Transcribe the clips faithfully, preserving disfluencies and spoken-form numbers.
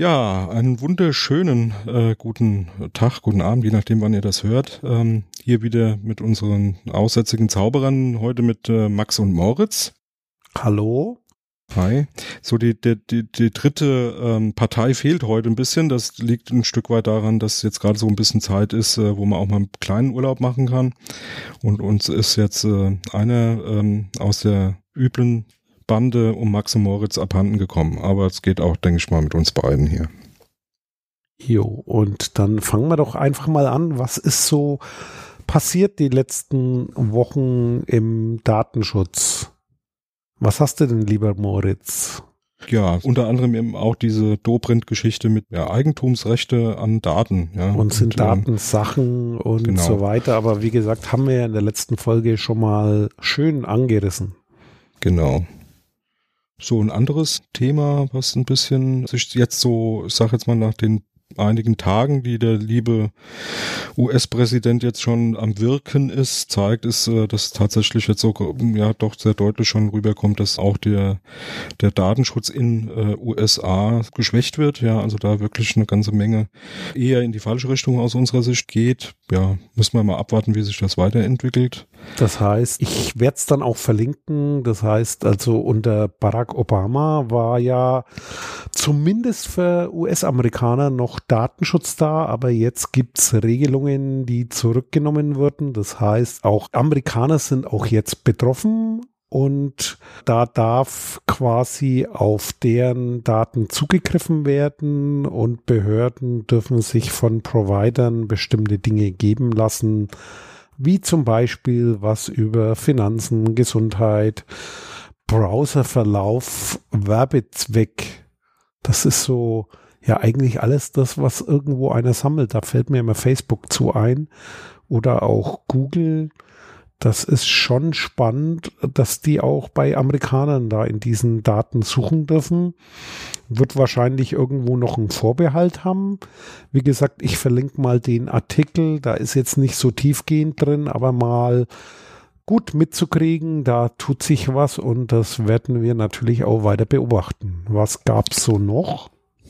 Ja, einen wunderschönen äh, guten Tag, guten Abend, je nachdem, wann ihr das hört. Ähm, hier wieder mit unseren aussätzigen Zauberern, heute mit äh, Max und Moritz. Hallo. Hi. So, die, die, die, die dritte ähm, Partei fehlt heute ein bisschen. Das liegt ein Stück weit daran, dass jetzt gerade so ein bisschen Zeit ist, äh, wo man auch mal einen kleinen Urlaub machen kann. Und uns ist jetzt äh, einer ähm, aus der üblen Bande um Max und Moritz abhanden gekommen. Aber es geht auch, denke ich mal, mit uns beiden hier. Jo, und dann fangen wir doch einfach mal an. Was ist so passiert die letzten Wochen im Datenschutz? Was hast du denn, lieber Moritz? Ja, unter anderem eben auch diese Dobrindt-Geschichte mit ja, Eigentumsrechte an Daten. Ja, und sind und, Datensachen äh, und genau. so weiter. Aber wie gesagt, haben wir ja in der letzten Folge schon mal schön angerissen. Genau. So ein anderes Thema, was ein bisschen sich jetzt so, ich sag jetzt mal nach den einigen Tagen, die der liebe U S-Präsident jetzt schon am Wirken ist, zeigt, ist, dass tatsächlich jetzt so, ja, doch sehr deutlich schon rüberkommt, dass auch der, der Datenschutz in äh, U S A geschwächt wird. Ja, also da wirklich eine ganze Menge eher in die falsche Richtung aus unserer Sicht geht. Ja, müssen wir mal abwarten, wie sich das weiterentwickelt. Das heißt, ich werde es dann auch verlinken. Das heißt, also unter Barack Obama war ja zumindest für U S-Amerikaner noch Datenschutz da, aber jetzt gibt es Regelungen, die zurückgenommen wurden. Das heißt, auch Amerikaner sind auch jetzt betroffen und da darf quasi auf deren Daten zugegriffen werden und Behörden dürfen sich von Providern bestimmte Dinge geben lassen, wie zum Beispiel was über Finanzen, Gesundheit, Browserverlauf, Werbezweck. Das ist so, ja eigentlich alles das, was irgendwo einer sammelt. Da fällt mir immer Facebook zu ein oder auch Google. Das ist schon spannend, dass die auch bei Amerikanern da in diesen Daten suchen dürfen. Wird wahrscheinlich irgendwo noch einen Vorbehalt haben. Wie gesagt, ich verlinke mal den Artikel. Da ist jetzt nicht so tiefgehend drin, aber mal gut mitzukriegen, da tut sich was und das werden wir natürlich auch weiter beobachten. Was gab es so noch?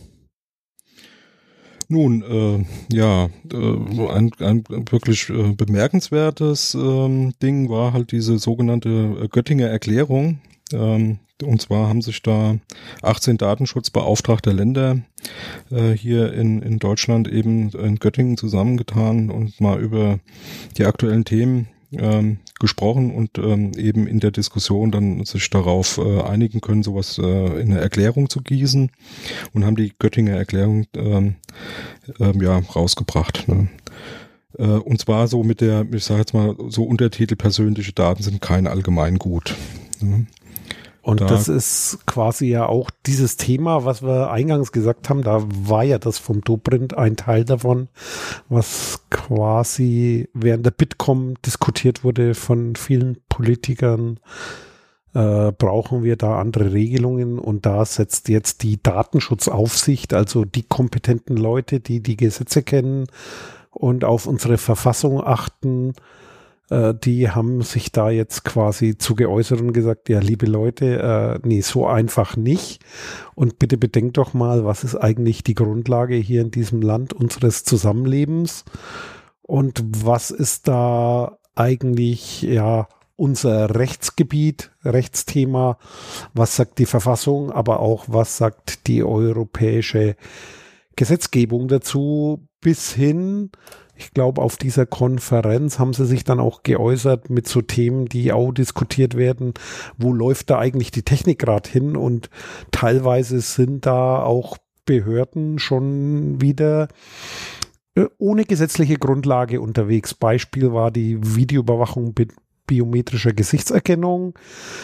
Nun, äh, ja, äh, ein, ein wirklich äh, bemerkenswertes ähm, Ding war halt diese sogenannte Göttinger Erklärung. Ähm, und zwar haben sich da achtzehn Datenschutzbeauftragte Länder äh, hier in, in Deutschland eben in Göttingen zusammengetan und mal über die aktuellen Themen ähm, gesprochen und ähm, eben in der Diskussion dann sich darauf äh, einigen können, sowas äh, in eine Erklärung zu gießen und haben die Göttinger Erklärung ähm, ähm, ja rausgebracht. Ne? Äh, und zwar so mit der, ich sage jetzt mal so Untertitel: persönliche Daten sind kein Allgemeingut. Ne? Und da, das ist quasi ja auch dieses Thema, was wir eingangs gesagt haben, da war ja das vom Dobrindt ein Teil davon, was quasi während der Bitkom diskutiert wurde von vielen Politikern. Äh, brauchen wir da andere Regelungen? Und da setzt jetzt die Datenschutzaufsicht, also die kompetenten Leute, die die Gesetze kennen und auf unsere Verfassung achten, die haben sich da jetzt quasi zu geäußert und gesagt, ja, liebe Leute, äh, nee, so einfach nicht. Und bitte bedenkt doch mal, was ist eigentlich die Grundlage hier in diesem Land unseres Zusammenlebens? Und was ist da eigentlich, ja, unser Rechtsgebiet, Rechtsthema? Was sagt die Verfassung, aber auch was sagt die europäische Gesetzgebung dazu bis hin? Ich glaube, auf dieser Konferenz haben sie sich dann auch geäußert mit so Themen, die auch diskutiert werden. Wo läuft da eigentlich die Technik gerade hin? Und teilweise sind da auch Behörden schon wieder ohne gesetzliche Grundlage unterwegs. Beispiel war die Videoüberwachung mit biometrischer Gesichtserkennung.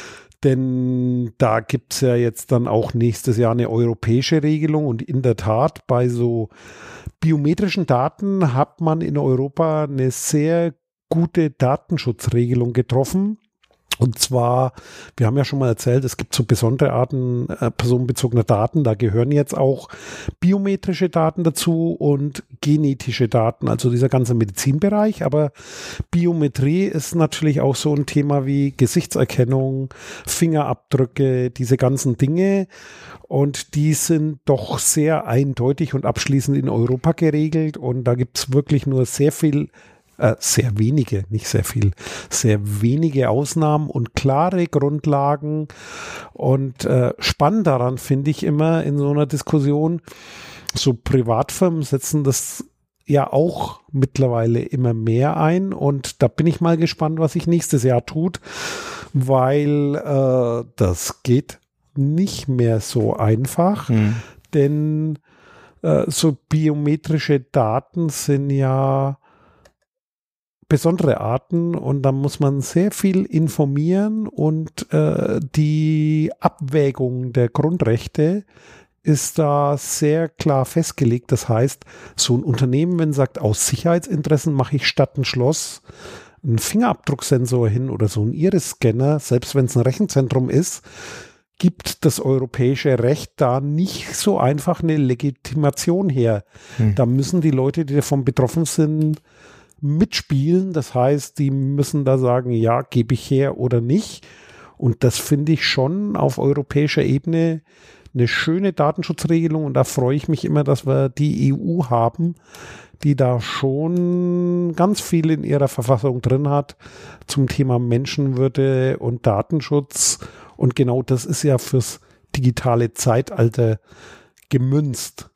Denn da gibt es ja jetzt dann auch nächstes Jahr eine europäische Regelung und in der Tat bei so biometrischen Daten hat man in Europa eine sehr gute Datenschutzregelung getroffen Und zwar, wir haben ja schon mal erzählt, es gibt so besondere Arten äh, personenbezogener Daten, da gehören jetzt auch biometrische Daten dazu und genetische Daten, also dieser ganze Medizinbereich, aber Biometrie ist natürlich auch so ein Thema wie Gesichtserkennung, Fingerabdrücke, diese ganzen Dinge, und die sind doch sehr eindeutig und abschließend in Europa geregelt, und da gibt es wirklich nur sehr viel Äh, sehr wenige, nicht sehr viel, sehr wenige Ausnahmen und klare Grundlagen. Und äh, spannend daran finde ich immer in so einer Diskussion, so Privatfirmen setzen das ja auch mittlerweile immer mehr ein, und da bin ich mal gespannt, was sich nächstes Jahr tut, weil äh, das geht nicht mehr so einfach, hm. denn äh, so biometrische Daten sind ja besondere Arten, und da muss man sehr viel informieren, und äh, die Abwägung der Grundrechte ist da sehr klar festgelegt. Das heißt, so ein Unternehmen, wenn sagt, aus Sicherheitsinteressen mache ich statt ein Schloss einen Fingerabdrucksensor hin oder so einen Iris-Scanner, selbst wenn es ein Rechenzentrum ist, gibt das europäische Recht da nicht so einfach eine Legitimation her. Hm. Da müssen die Leute, die davon betroffen sind, mitspielen. Das heißt, die müssen da sagen, ja, gebe ich her oder nicht. Und das finde ich schon auf europäischer Ebene eine schöne Datenschutzregelung, und da freue ich mich immer, dass wir die E U haben, die da schon ganz viel in ihrer Verfassung drin hat zum Thema Menschenwürde und Datenschutz, und genau das ist ja fürs digitale Zeitalter gemünzt.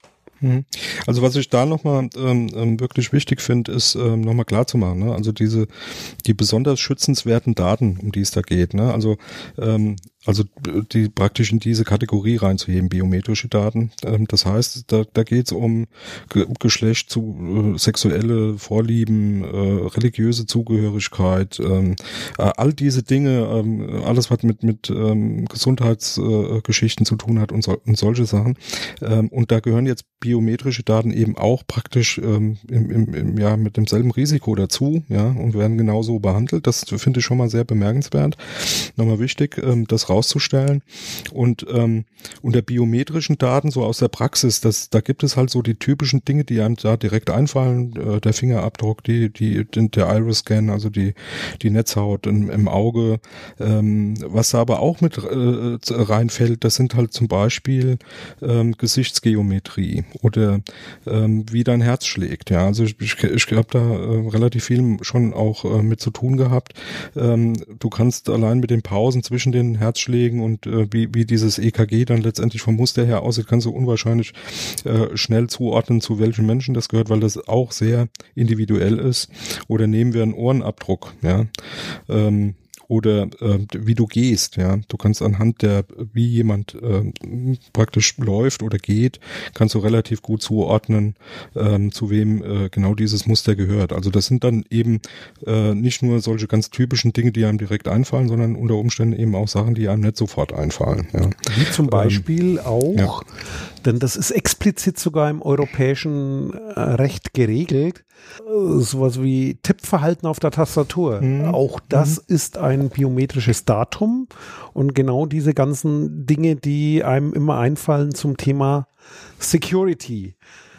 Also was ich da nochmal ähm, wirklich wichtig finde, ist ähm, nochmal klar zu machen, ne? Also diese, die besonders schützenswerten Daten, um die es da geht, ne? Also ähm, Also die praktisch in diese Kategorie reinzuheben, biometrische Daten. Ähm, das heißt, da, da geht es um Ge- Geschlecht, zu, äh, sexuelle Vorlieben, äh, religiöse Zugehörigkeit, ähm, äh, all diese Dinge, ähm, alles was mit mit ähm, Gesundheitsgeschichten äh, zu tun hat und, so, und solche Sachen. Ähm, und da gehören jetzt biometrische Daten eben auch praktisch ähm, im, im, im, ja mit demselben Risiko dazu, ja, und werden genauso behandelt. Das finde ich schon mal sehr bemerkenswert. Nochmal wichtig, ähm, das rauszustellen. Und ähm, unter biometrischen Daten, so aus der Praxis, das, da gibt es halt so die typischen Dinge, die einem da direkt einfallen, äh, der Fingerabdruck, die, die, der Iris-Scan, also die, die Netzhaut im, im Auge. Ähm, was da aber auch mit äh, reinfällt, das sind halt zum Beispiel ähm, Gesichtsgeometrie oder ähm, wie dein Herz schlägt. Ja, also ich, ich, ich habe da äh, relativ viel schon auch äh, mit zu tun gehabt. Ähm, du kannst allein mit den Pausen zwischen den Herzschlägen und äh, wie, wie dieses E K G dann letztendlich vom Muster her aussieht, kannst du unwahrscheinlich äh, schnell zuordnen, zu welchen Menschen das gehört, weil das auch sehr individuell ist. Oder nehmen wir einen Ohrenabdruck, ja, ähm, oder äh, wie du gehst, ja. Du kannst anhand der, wie jemand äh, praktisch läuft oder geht, kannst du relativ gut zuordnen, ähm, zu wem äh, genau dieses Muster gehört. Also das sind dann eben äh, nicht nur solche ganz typischen Dinge, die einem direkt einfallen, sondern unter Umständen eben auch Sachen, die einem nicht sofort einfallen. Ja. Wie zum Beispiel ähm, auch, ja. Denn das ist explizit sogar im europäischen äh, Recht geregelt, äh, sowas wie Tippverhalten auf der Tastatur. Mhm. Auch das mhm. ist ein biometrisches Datum, und genau diese ganzen Dinge, die einem immer einfallen zum Thema Security.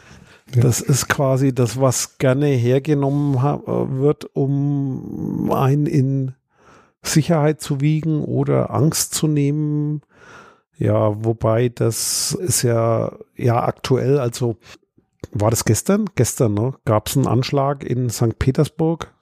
Ja. Das ist quasi das, was gerne hergenommen ha- wird, um einen in Sicherheit zu wiegen oder Angst zu nehmen. Ja, wobei das ist ja, ja aktuell, also war das gestern? Gestern, ne? Gab es einen Anschlag in Sankt Petersburg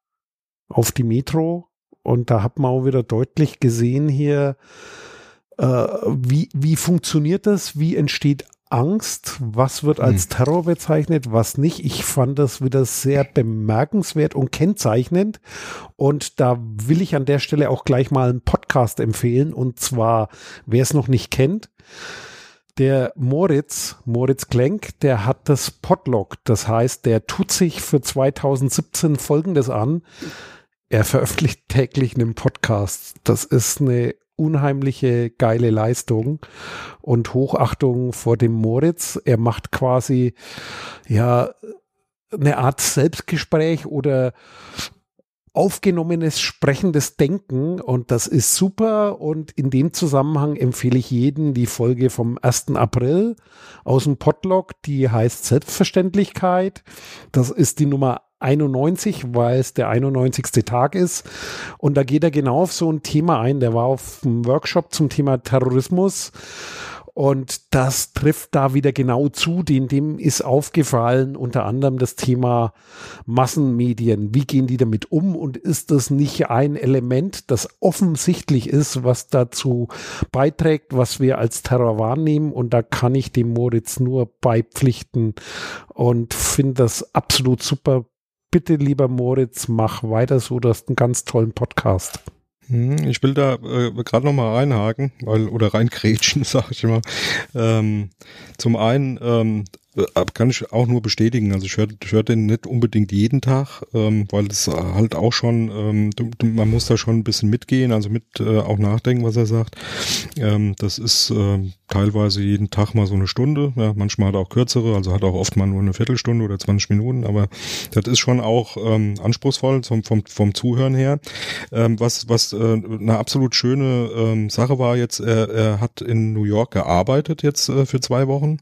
auf die Metro, und da hat man auch wieder deutlich gesehen hier, äh, wie, wie funktioniert das, wie entsteht Angst, was wird als Terror bezeichnet, was nicht. Ich fand das wieder sehr bemerkenswert und kennzeichnend, und da will ich an der Stelle auch gleich mal einen Podcast empfehlen, und zwar, wer es noch nicht kennt, der Moritz, Moritz Klenk, der hat das Podlog, das heißt, der tut sich für zweitausendsiebzehn Folgendes an: Er veröffentlicht täglich einen Podcast. Das ist eine unheimliche geile Leistung und Hochachtung vor dem Moritz. Er macht quasi ja eine Art Selbstgespräch oder aufgenommenes, sprechendes Denken und das ist super und in dem Zusammenhang empfehle ich jedem die Folge vom ersten April aus dem Podlog, die heißt Selbstverständlichkeit. Das ist die Nummer einundneunzig, weil es der einundneunzigste Tag ist und da geht er genau auf so ein Thema ein. Der war auf einem Workshop zum Thema Terrorismus. Und das trifft da wieder genau zu, dem, dem ist aufgefallen, unter anderem das Thema Massenmedien. Wie gehen die damit um? Und ist das nicht ein Element, das offensichtlich ist, was dazu beiträgt, was wir als Terror wahrnehmen? Und da kann ich dem Moritz nur beipflichten und finde das absolut super. Bitte, lieber Moritz, mach weiter so, du hast einen ganz tollen Podcast. Ich will da äh, gerade noch mal reinhaken, weil oder reinkrätschen, sag ich immer. Ähm, zum einen ähm, kann ich auch nur bestätigen, also ich höre ich hör den nicht unbedingt jeden Tag, ähm, weil es halt auch schon, ähm, man muss da schon ein bisschen mitgehen, also mit äh, auch nachdenken, was er sagt. Ähm, das ist äh, teilweise jeden Tag mal so eine Stunde, ja, manchmal hat er auch kürzere, also hat auch oft mal nur eine Viertelstunde oder zwanzig Minuten, aber das ist schon auch ähm, anspruchsvoll vom, vom, vom Zuhören her. Ähm, was was äh, eine absolut schöne ähm, Sache war jetzt, er, er hat in New York gearbeitet jetzt äh, für zwei Wochen.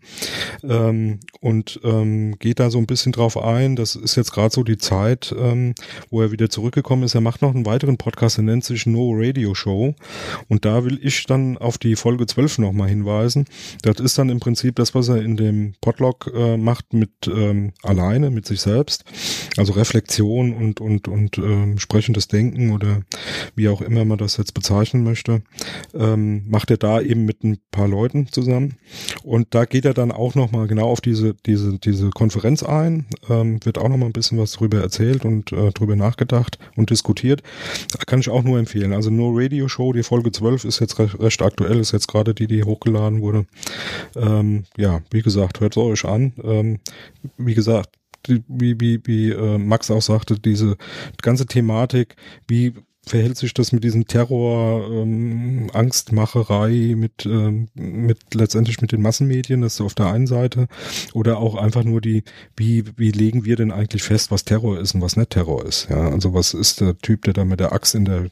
Ähm, und ähm, geht da so ein bisschen drauf ein. Das ist jetzt gerade so die Zeit, ähm, wo er wieder zurückgekommen ist. Er macht noch einen weiteren Podcast, der nennt sich No Radio Show und da will ich dann auf die Folge zwölf nochmal hinweisen. Das ist dann im Prinzip das, was er in dem Podlog äh, macht mit ähm, alleine, mit sich selbst. Also Reflexion und und und ähm, sprechendes Denken oder wie auch immer man das jetzt bezeichnen möchte, ähm, macht er da eben mit ein paar Leuten zusammen und da geht er dann auch nochmal genau auf die diese diese diese Konferenz ein, ähm, wird auch noch mal ein bisschen was drüber erzählt und äh, drüber nachgedacht und diskutiert. Kann ich auch nur empfehlen. Also No Radio Show, die Folge zwölf ist jetzt recht, recht aktuell, ist jetzt gerade die, die hochgeladen wurde. Ähm, ja, wie gesagt, hört es euch an. Ähm, wie gesagt, die, wie wie wie äh, Max auch sagte, diese ganze Thematik, wie verhält sich das mit diesem Terror, ähm, Angstmacherei, mit, ähm, mit letztendlich mit den Massenmedien, das ist auf der einen Seite, oder auch einfach nur die, wie, wie legen wir denn eigentlich fest, was Terror ist und was nicht Terror ist, ja, also was ist der Typ, der da mit der Axt in der,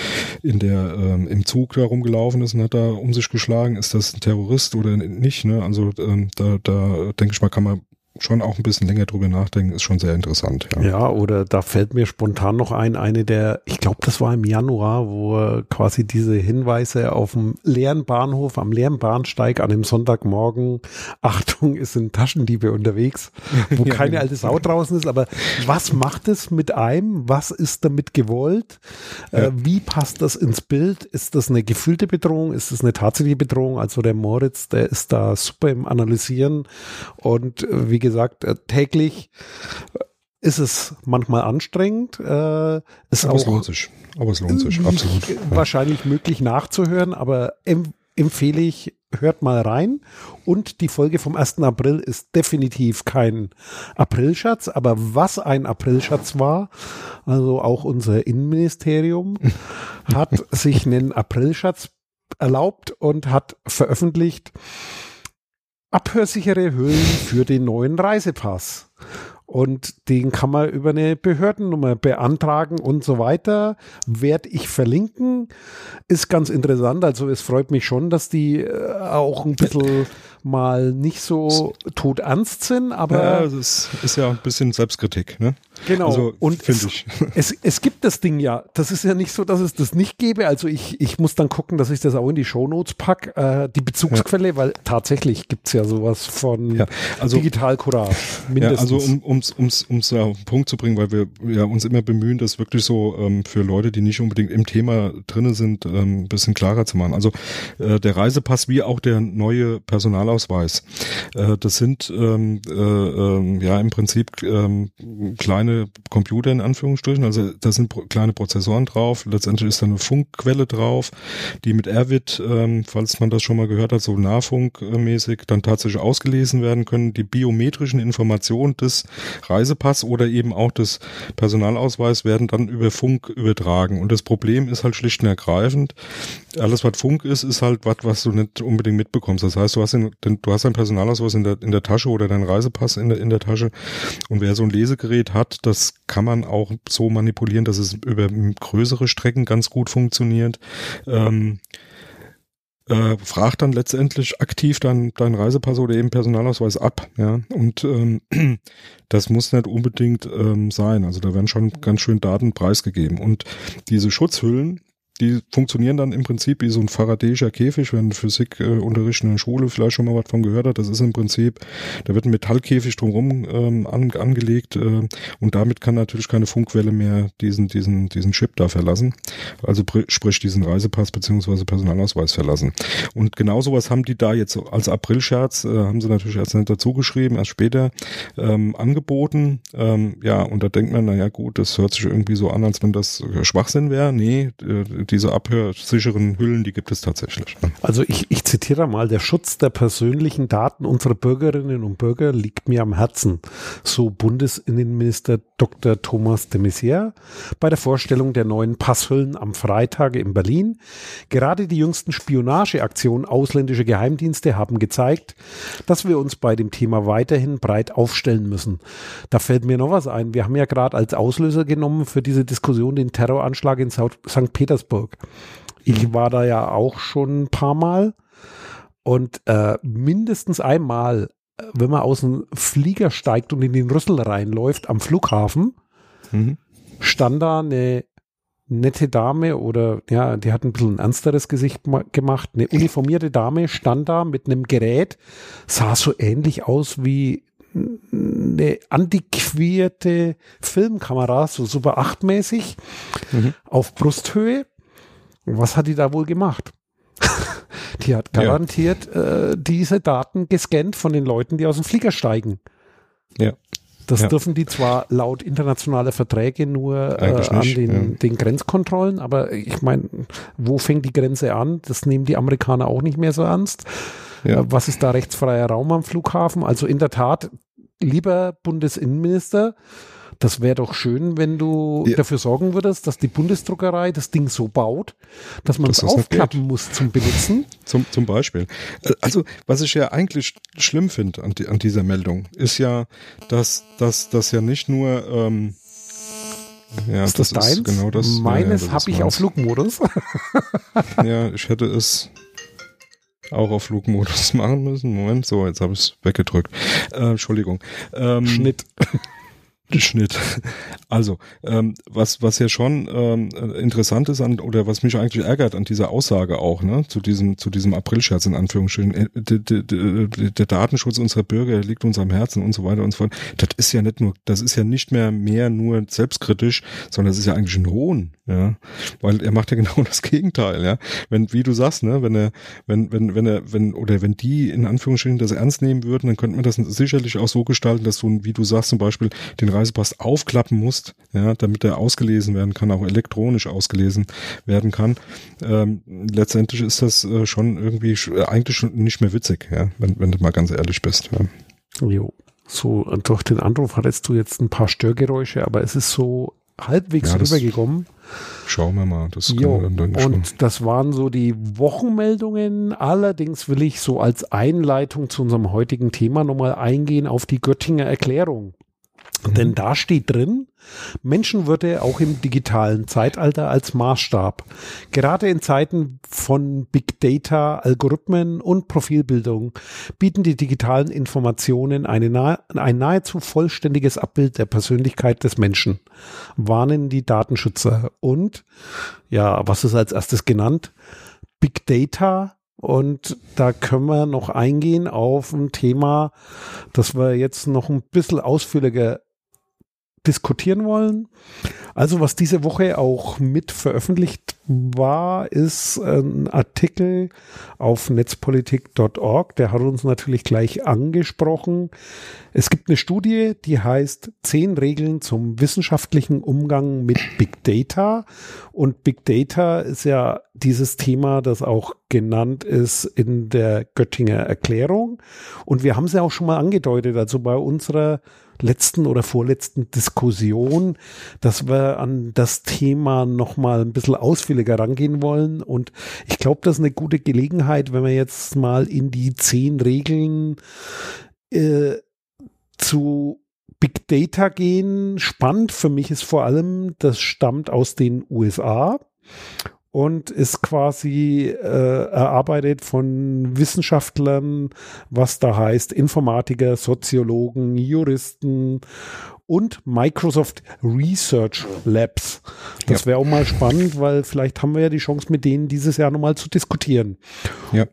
in der, ähm, im Zug da rumgelaufen ist und hat da um sich geschlagen, ist das ein Terrorist oder nicht, ne, also ähm, da, da denke ich mal, kann man schon auch ein bisschen länger drüber nachdenken, ist schon sehr interessant. Ja, ja, oder da fällt mir spontan noch ein, eine der, ich glaube, das war im Januar, wo er quasi diese Hinweise auf dem leeren Bahnhof, am leeren Bahnsteig an dem Sonntagmorgen, Achtung, es sind Taschendiebe unterwegs, wo ja, keine alte Sau draußen ist, aber was macht es mit einem? Was ist damit gewollt? Ja. Äh, wie passt das ins Bild? Ist das eine gefühlte Bedrohung? Ist das eine tatsächliche Bedrohung? Also der Moritz, der ist da super im Analysieren und äh, wie gesagt, täglich ist es manchmal anstrengend. Äh, ist aber auch es lohnt sich. Aber es lohnt sich, absolut. Wahrscheinlich möglich nachzuhören, aber em- empfehle ich, hört mal rein. Und die Folge vom ersten April ist definitiv kein Aprilscherz, aber was ein Aprilscherz war, also auch unser Innenministerium hat sich einen Aprilscherz erlaubt und hat veröffentlicht, abhörsichere Hüllen für den neuen Reisepass. Und den kann man über eine Behördennummer beantragen und so weiter. Werde ich verlinken. Ist ganz interessant. Also es freut mich schon, dass die äh, auch ein bisschen mal nicht so todernst sind, aber ja, das ist, ist ja auch ein bisschen Selbstkritik, ne? Genau. Also, und finde es, ich. Es, es gibt das Ding ja. Das ist ja nicht so, dass es das nicht gäbe. Also ich, ich muss dann gucken, dass ich das auch in die Shownotes packe, äh, die Bezugsquelle, ja. Weil tatsächlich gibt es ja sowas von ja, also, Digital Courage. Mindestens. Ja, also um ums ums ums auf den Punkt zu bringen, weil wir ja uns immer bemühen, das wirklich so ähm, für Leute, die nicht unbedingt im Thema drinne sind, ähm, ein bisschen klarer zu machen. Also äh, der Reisepass wie auch der neue Personalausweis, äh, das sind ähm, äh, äh, ja im Prinzip ähm, kleine Computer in Anführungsstrichen, also da sind pro- kleine Prozessoren drauf, letztendlich ist da eine Funkquelle drauf, die mit Airvid, ähm, falls man das schon mal gehört hat, so nahfunkmäßig dann tatsächlich ausgelesen werden können, die biometrischen Informationen des Reisepass oder eben auch des Personalausweis werden dann über Funk übertragen und das Problem ist halt schlicht und ergreifend, alles was Funk ist, ist halt was, was du nicht unbedingt mitbekommst, das heißt, du hast den, du hast deinen Personalausweis in der, in der Tasche oder deinen Reisepass in der, in der Tasche und wer so ein Lesegerät hat, hat. Das kann man auch so manipulieren, dass es über größere Strecken ganz gut funktioniert. Ähm, Äh, frag dann letztendlich aktiv deinen dein Reisepass oder eben Personalausweis ab, ja, und ähm, das muss nicht unbedingt ähm, sein, also da werden schon ganz schön Daten preisgegeben und diese Schutzhüllen, die funktionieren dann im Prinzip wie so ein Faradayischer Käfig, wenn Physik äh, Unterricht in der Schule vielleicht schon mal was von gehört hat. Das ist im Prinzip, da wird ein Metallkäfig drumherum ähm, an, angelegt äh, und damit kann natürlich keine Funkwelle mehr diesen diesen diesen Chip da verlassen. Also sprich diesen Reisepass beziehungsweise Personalausweis verlassen. Und genau sowas haben die da jetzt als Aprilscherz, äh, haben sie natürlich erst nicht dazu geschrieben, erst später ähm, angeboten. Ähm, ja, und da denkt man, naja gut, das hört sich irgendwie so an, als wenn das äh, Schwachsinn wäre. Nee, äh, diese abhörsicheren Hüllen, die gibt es tatsächlich. Also ich, ich zitiere mal, der Schutz der persönlichen Daten unserer Bürgerinnen und Bürger liegt mir am Herzen, so Bundesinnenminister Doktor Thomas de Maizière bei der Vorstellung der neuen Passhüllen am Freitag in Berlin. Gerade die jüngsten Spionageaktionen ausländischer Geheimdienste haben gezeigt, dass wir uns bei dem Thema weiterhin breit aufstellen müssen. Da fällt mir noch was ein. Wir haben ja gerade als Auslöser genommen für diese Diskussion den Terroranschlag in Sankt Petersburg. Ich war da ja auch schon ein paar Mal und äh, mindestens einmal, wenn man aus dem Flieger steigt und in den Rüssel reinläuft am Flughafen, mhm. stand da eine nette Dame oder ja, die hat ein bisschen ein ernsteres Gesicht gemacht, eine uniformierte Dame stand da mit einem Gerät, sah so ähnlich aus wie eine antiquierte Filmkamera, so Super acht mäßig, mhm. auf Brusthöhe. Was hat die da wohl gemacht? Die hat garantiert ja. äh, diese Daten gescannt von den Leuten, die aus dem Flieger steigen. Ja. Das ja. dürfen die zwar laut internationaler Verträge nur äh, an den, ja. den Grenzkontrollen, aber ich meine, wo fängt die Grenze an? Das nehmen die Amerikaner auch nicht mehr so ernst. Ja. Äh, was ist da rechtsfreier Raum am Flughafen? Also in der Tat, lieber Bundesinnenminister, das wäre doch schön, wenn du ja. dafür sorgen würdest, dass die Bundesdruckerei das Ding so baut, dass man es aufklappen muss zum Benutzen. Zum, zum Beispiel. Also, was ich ja eigentlich schlimm finde an, die, an dieser Meldung, ist ja, dass das ja nicht nur ähm, ja, ist das, das deins? Ist genau das. Meines ja, ja, habe ich meins. Auf Flugmodus. Ja, ich hätte es auch auf Flugmodus machen müssen. Moment, so, jetzt habe ich es weggedrückt. Äh, Entschuldigung. Ähm, Schnitt. Schnitt. Also, ähm, was was ja schon ähm, interessant ist an oder was mich eigentlich ärgert an dieser Aussage auch, ne, zu diesem zu diesem Aprilscherz in Anführungsstrichen, äh, de, de, de, der Datenschutz unserer Bürger liegt uns am Herzen und so weiter und so fort. Das ist ja nicht nur, das ist ja nicht mehr mehr nur selbstkritisch, sondern das ist ja eigentlich ein Hohn, ja, weil er macht ja genau das Gegenteil, ja. Wenn, wie du sagst, ne, wenn er, wenn wenn wenn er, wenn oder wenn die in Anführungsstrichen das ernst nehmen würden, dann könnte man das sicherlich auch so gestalten, dass du, wie du sagst, zum Beispiel den Reisepass aufklappen musst, ja, damit er ausgelesen werden kann, auch elektronisch ausgelesen werden kann. Ähm, letztendlich ist das äh, schon irgendwie äh, eigentlich schon nicht mehr witzig, ja, wenn, wenn du mal ganz ehrlich bist. Ja. Jo, so durch den Anruf hattest du jetzt ein paar Störgeräusche, aber es ist so halbwegs ja, rübergekommen. Schauen wir mal. Das jo, dann, dann und schon. Das waren so die Wochenmeldungen. Allerdings will ich so als Einleitung zu unserem heutigen Thema nochmal eingehen auf die Göttinger Erklärung. Mhm. Denn da steht drin, Menschenwürde auch im digitalen Zeitalter als Maßstab. Gerade in Zeiten von Big Data, Algorithmen und Profilbildung bieten die digitalen Informationen eine nahe, ein nahezu vollständiges Abbild der Persönlichkeit des Menschen, warnen die Datenschützer. Und, ja, was ist als erstes genannt? Big Data. Und da können wir noch eingehen auf ein Thema, das wir jetzt noch ein bisschen ausführlicher diskutieren wollen. Also was diese Woche auch mit veröffentlicht war, ist ein Artikel auf netzpolitik punkt org. Der hat uns natürlich gleich angesprochen. Es gibt eine Studie, die heißt Zehn Regeln zum wissenschaftlichen Umgang mit Big Data. Und Big Data ist ja dieses Thema, das auch genannt ist in der Göttinger Erklärung. Und wir haben es ja auch schon mal angedeutet, also bei unserer letzten oder vorletzten Diskussion, dass wir an das Thema nochmal ein bisschen ausführlicher rangehen wollen. Und ich glaube, das ist eine gute Gelegenheit, wenn wir jetzt mal in die zehn Regeln äh, zu Big Data gehen. Spannend für mich ist vor allem, das stammt aus den U S A und ist quasi äh, erarbeitet von Wissenschaftlern, was da heißt Informatiker, Soziologen, Juristen und Microsoft Research Labs. Das wäre auch mal spannend, weil vielleicht haben wir ja die Chance, mit denen dieses Jahr nochmal zu diskutieren. Ja.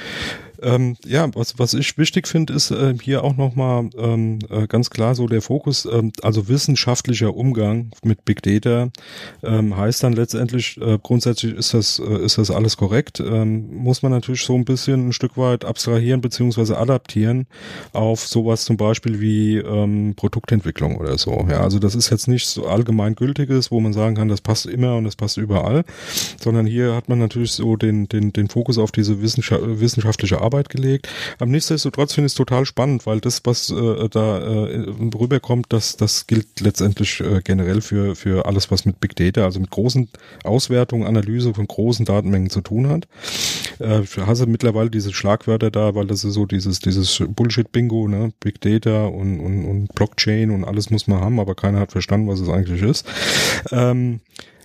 Ähm, ja, was, was ich wichtig finde, ist äh, hier auch nochmal ähm, äh, ganz klar so der Fokus, ähm, also wissenschaftlicher Umgang mit Big Data ähm, heißt dann letztendlich, äh, grundsätzlich ist das, äh, ist das alles korrekt, ähm, muss man natürlich so ein bisschen ein Stück weit abstrahieren beziehungsweise adaptieren auf sowas zum Beispiel wie ähm, Produktentwicklung oder so. Ja, also das ist jetzt nicht so allgemein gültiges, wo man sagen kann, das passt immer und das passt überall, sondern hier hat man natürlich so den, den, den Fokus auf diese wissenschaft wissenschaftliche Arbeit gelegt. Aber nichtsdestotrotz finde ich es total spannend, weil das, was äh, da äh, rüberkommt, das, das gilt letztendlich äh, generell für, für alles, was mit Big Data, also mit großen Auswertungen, Analyse von großen Datenmengen zu tun hat. Äh, hast du mittlerweile diese Schlagwörter da, weil das ist so dieses, dieses Bullshit-Bingo, ne? Big Data und, und, und Blockchain und alles muss man haben, aber keiner hat verstanden, was es eigentlich ist. Ähm,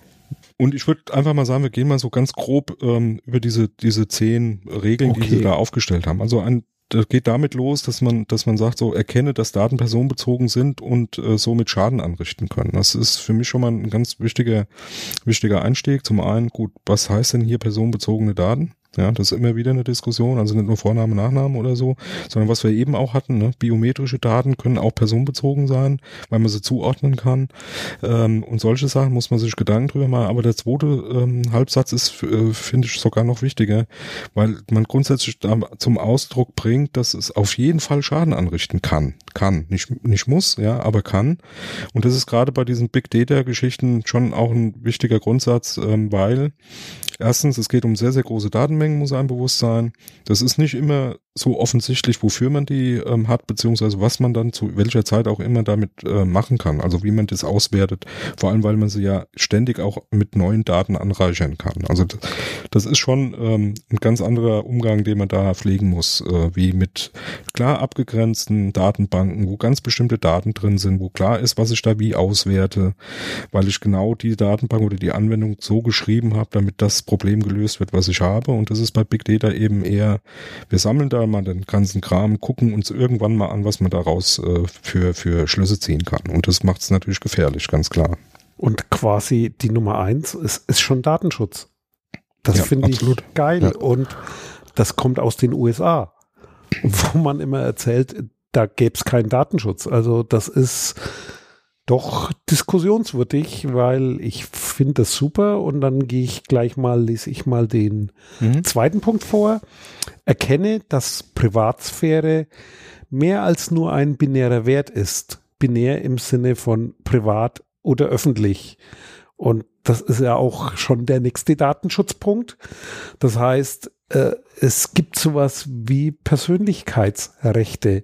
Und ich würde einfach mal sagen, wir gehen mal so ganz grob ähm, über diese diese zehn Regeln, okay, die sie da aufgestellt haben. Also ein, das geht damit los, dass man dass man sagt, so erkenne, dass Daten personenbezogen sind und äh, somit Schaden anrichten können. Das ist für mich schon mal ein ganz wichtiger wichtiger Einstieg. Zum einen, gut, was heißt denn hier personenbezogene Daten? Ja, das ist immer wieder eine Diskussion, also nicht nur Vorname, Nachname oder so, sondern was wir eben auch hatten, ne? Biometrische Daten können auch personenbezogen sein, weil man sie zuordnen kann, ähm, und solche Sachen muss man sich Gedanken drüber machen, aber der zweite ähm, Halbsatz ist, äh, finde ich, sogar noch wichtiger, weil man grundsätzlich da zum Ausdruck bringt, dass es auf jeden Fall Schaden anrichten kann, kann, nicht, nicht muss, ja, aber kann, und das ist gerade bei diesen Big Data Geschichten schon auch ein wichtiger Grundsatz, ähm, weil erstens, es geht um sehr, sehr große Datenmengen, muss einem bewusst sein. Das ist nicht immer so offensichtlich, wofür man die ähm, hat, beziehungsweise was man dann zu welcher Zeit auch immer damit äh, machen kann. Also wie man das auswertet. Vor allem, weil man sie ja ständig auch mit neuen Daten anreichern kann. Also das, das ist schon ähm, ein ganz anderer Umgang, den man da pflegen muss, äh, wie mit klar abgegrenzten Datenbanken, wo ganz bestimmte Daten drin sind, wo klar ist, was ich da wie auswerte, weil ich genau die Datenbank oder die Anwendung so geschrieben habe, damit das Problem gelöst wird, was ich habe. Und das ist bei Big Data eben eher, wir sammeln da mal den ganzen Kram, gucken uns irgendwann mal an, was man daraus äh, für, für Schlüsse ziehen kann. Und das macht es natürlich gefährlich, ganz klar. Und quasi die Nummer eins ist, ist schon Datenschutz. Das ja, finde ich geil. Ja. Und das kommt aus den U S A, wo man immer erzählt, da gäbe es keinen Datenschutz. Also das ist doch diskussionswürdig, weil ich finde das super, und dann gehe ich gleich mal, lese ich mal den mhm. zweiten Punkt vor. Erkenne, dass Privatsphäre mehr als nur ein binärer Wert ist. Binär im Sinne von privat oder öffentlich. Und das ist ja auch schon der nächste Datenschutzpunkt. Das heißt, äh, es gibt sowas wie Persönlichkeitsrechte.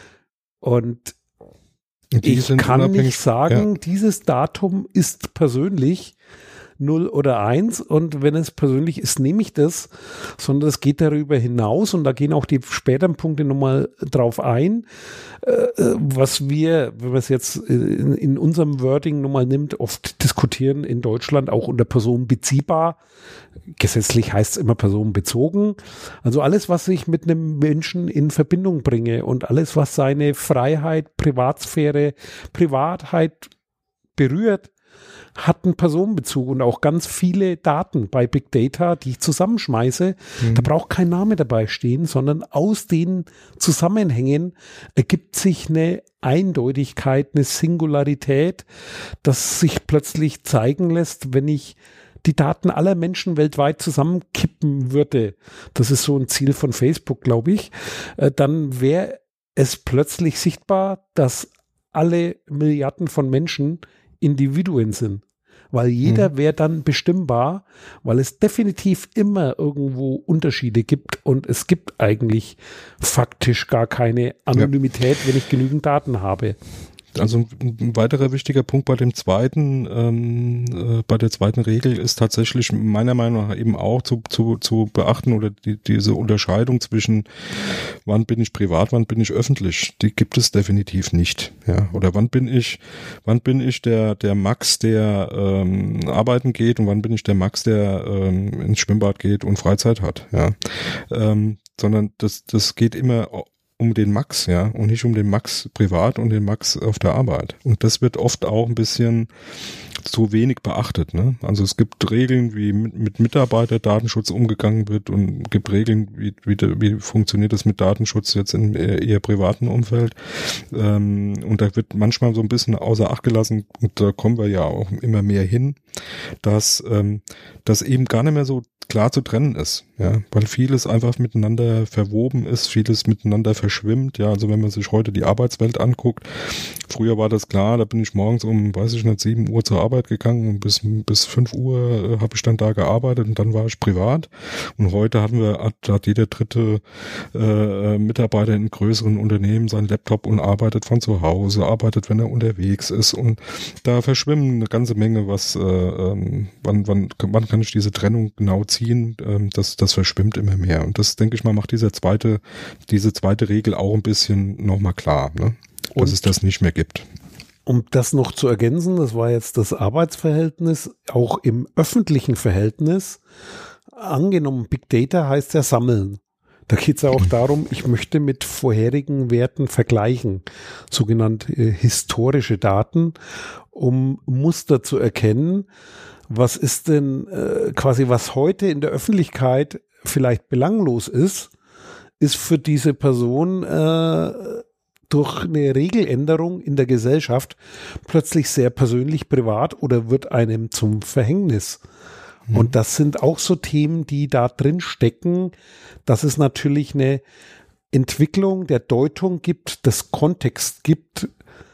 Und Die ich kann nicht sagen, ja. dieses Datum ist persönlich null oder eins, und wenn es persönlich ist, nehme ich das, sondern es geht darüber hinaus, und da gehen auch die späteren Punkte nochmal drauf ein, äh, was wir, wenn man es jetzt in, in unserem Wording nochmal nimmt, oft diskutieren in Deutschland auch unter personenbeziehbar. Gesetzlich heißt es immer personenbezogen. Also alles, was ich mit einem Menschen in Verbindung bringe und alles, was seine Freiheit, Privatsphäre, Privatheit berührt, hat einen Personenbezug, und auch ganz viele Daten bei Big Data, die ich zusammenschmeiße, mhm. da braucht kein Name dabei stehen, sondern aus den Zusammenhängen ergibt sich eine Eindeutigkeit, eine Singularität, das sich plötzlich zeigen lässt, wenn ich die Daten aller Menschen weltweit zusammenkippen würde. Das ist so ein Ziel von Facebook, glaube ich. Dann wäre es plötzlich sichtbar, dass alle Milliarden von Menschen Individuen sind, weil jeder mhm. wäre dann bestimmbar, weil es definitiv immer irgendwo Unterschiede gibt, und es gibt eigentlich faktisch gar keine Anonymität, ja. wenn ich genügend Daten habe. also ein weiterer wichtiger Punkt bei dem zweiten, ähm, äh, bei der zweiten Regel ist tatsächlich meiner Meinung nach eben auch zu, zu, zu beachten oder die, diese Unterscheidung zwischen wann bin ich privat, wann bin ich öffentlich, die gibt es definitiv nicht, ja, oder wann bin ich, wann bin ich der, der Max, der ähm, arbeiten geht und wann bin ich der Max, der ähm, ins Schwimmbad geht und Freizeit hat, ja, ähm, sondern das, das geht immer um den Max, ja, und nicht um den Max privat und den Max auf der Arbeit. Und das wird oft auch ein bisschen zu wenig beachtet, ne? Also es gibt Regeln, wie mit, mit Mitarbeiterdatenschutz umgegangen wird und gibt Regeln, wie, wie, wie funktioniert das mit Datenschutz jetzt im eher, eher privaten Umfeld. Ähm, und da wird manchmal so ein bisschen außer Acht gelassen, und da kommen wir ja auch immer mehr hin, dass ähm, das eben gar nicht mehr so klar zu trennen ist, ja, weil vieles einfach miteinander verwoben ist, vieles miteinander verschwimmt, ja, also wenn man sich heute die Arbeitswelt anguckt, früher war das klar, da bin ich morgens um, weiß ich nicht, sieben Uhr zur Arbeit gegangen und bis, bis fünf Uhr äh, habe ich dann da gearbeitet und dann war ich privat, und heute hatten wir, hat, hat jeder dritte äh, Mitarbeiter in größeren Unternehmen seinen Laptop und arbeitet von zu Hause, arbeitet, wenn er unterwegs ist, und da verschwimmen eine ganze Menge, was, äh, ähm, wann, wann, wann kann ich diese Trennung genau ziehen, ähm, das, das verschwimmt immer mehr, und das, denke ich mal, macht dieser zweite, diese zweite Regel auch ein bisschen nochmal klar, ne? Dass und es das nicht mehr gibt. Um das noch zu ergänzen, das war jetzt das Arbeitsverhältnis, auch im öffentlichen Verhältnis, angenommen, Big Data heißt ja sammeln. Da geht es ja auch darum, ich möchte mit vorherigen Werten vergleichen, sogenannte äh, historische Daten, um Muster zu erkennen. Was ist denn äh, quasi, was heute in der Öffentlichkeit vielleicht belanglos ist, ist für diese Person äh, durch eine Regeländerung in der Gesellschaft plötzlich sehr persönlich privat oder wird einem zum Verhängnis. Mhm. Und das sind auch so Themen, die da drin stecken, dass es natürlich eine Entwicklung der Deutung gibt, des Kontext gibt,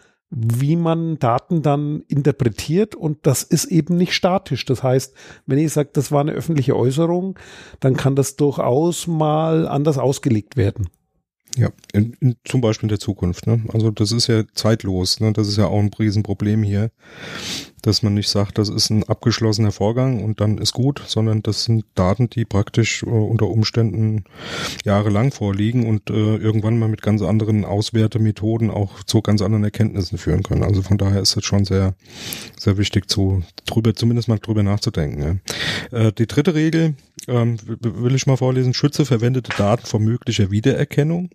wie man Daten dann interpretiert, und das ist eben nicht statisch. Das heißt, wenn ich sage, das war eine öffentliche Äußerung, dann kann das durchaus mal anders ausgelegt werden. Ja, in, in, zum Beispiel in der Zukunft, ne? Also das ist ja zeitlos, ne? Das ist ja auch ein Riesenproblem hier, dass man nicht sagt, das ist ein abgeschlossener Vorgang und dann ist gut, sondern das sind Daten, die praktisch äh, unter Umständen jahrelang vorliegen und äh, irgendwann mal mit ganz anderen Auswertemethoden auch zu ganz anderen Erkenntnissen führen können. Also von daher ist es schon sehr, sehr wichtig, zu drüber, zumindest mal drüber nachzudenken. Ja. Äh, die dritte Regel ähm, will ich mal vorlesen: Schütze verwendete Daten vor möglicher Wiedererkennung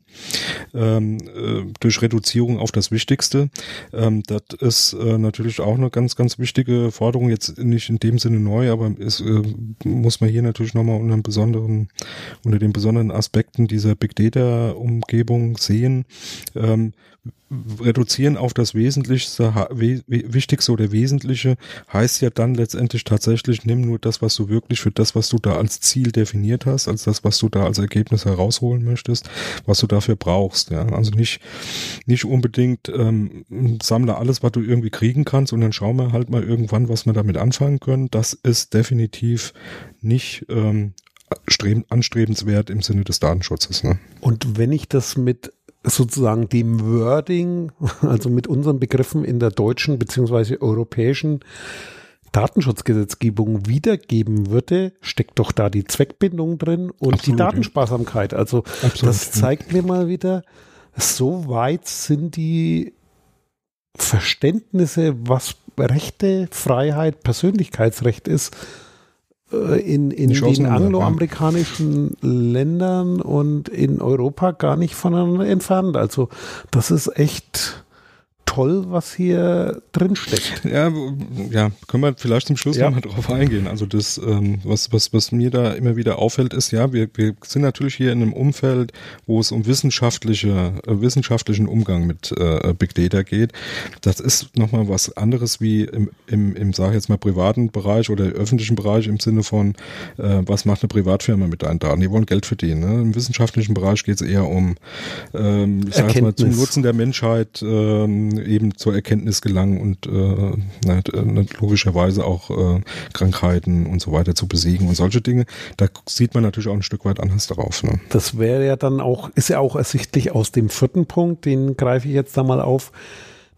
ähm, äh, durch Reduzierung auf das Wichtigste. Ähm, das ist äh, natürlich auch eine ganz, ganz wichtige Forderung, jetzt nicht in dem Sinne neu, aber es äh, muss man hier natürlich nochmal unter einem besonderen, unter den besonderen Aspekten dieser Big Data Umgebung sehen. Ähm, reduzieren auf das Wesentlichste, we, Wichtigste oder Wesentliche heißt ja dann letztendlich tatsächlich, nimm nur das, was du wirklich für das, was du da als Ziel definiert hast, als das, was du da als Ergebnis herausholen möchtest, was du dafür brauchst. Ja? Also nicht, nicht unbedingt ähm, sammle alles, was du irgendwie kriegen kannst, und dann schauen wir halt mal irgendwann, was wir damit anfangen können. Das ist definitiv nicht ähm, anstrebenswert im Sinne des Datenschutzes. Ne? Und wenn ich das mit sozusagen dem Wording, also mit unseren Begriffen in der deutschen beziehungsweise europäischen Datenschutzgesetzgebung wiedergeben würde, steckt doch da die Zweckbindung drin und Absolut, die Datensparsamkeit. Also Absolut, das zeigt ja. mir mal wieder, so weit sind die Verständnisse, was Rechte, Freiheit, Persönlichkeitsrecht ist, in, in den angloamerikanischen Ländern und in Europa gar nicht voneinander entfernt. Also das ist echt toll, was hier drin steckt. Ja, ja, können wir vielleicht zum Schluss ja. nochmal drauf eingehen. Also das, ähm, was, was, was mir da immer wieder auffällt, ist, ja, wir, wir sind natürlich hier in einem Umfeld, wo es um wissenschaftliche, äh, wissenschaftlichen Umgang mit äh, Big Data geht. Das ist nochmal was anderes wie im, im, im sage ich jetzt mal, privaten Bereich oder öffentlichen Bereich im Sinne von, äh, was macht eine Privatfirma mit deinen Daten? Die wollen Geld verdienen. Ne? Im wissenschaftlichen Bereich geht es eher um, ähm, ich sage jetzt mal, zum Nutzen der Menschheit, ähm, eben zur Erkenntnis gelangen und äh, na, logischerweise auch äh, Krankheiten und so weiter zu besiegen und solche Dinge. Da sieht man natürlich auch ein Stück weit anders darauf. Ne? Das wäre ja dann auch, ist ja auch ersichtlich aus dem vierten Punkt, den greife ich jetzt da mal auf.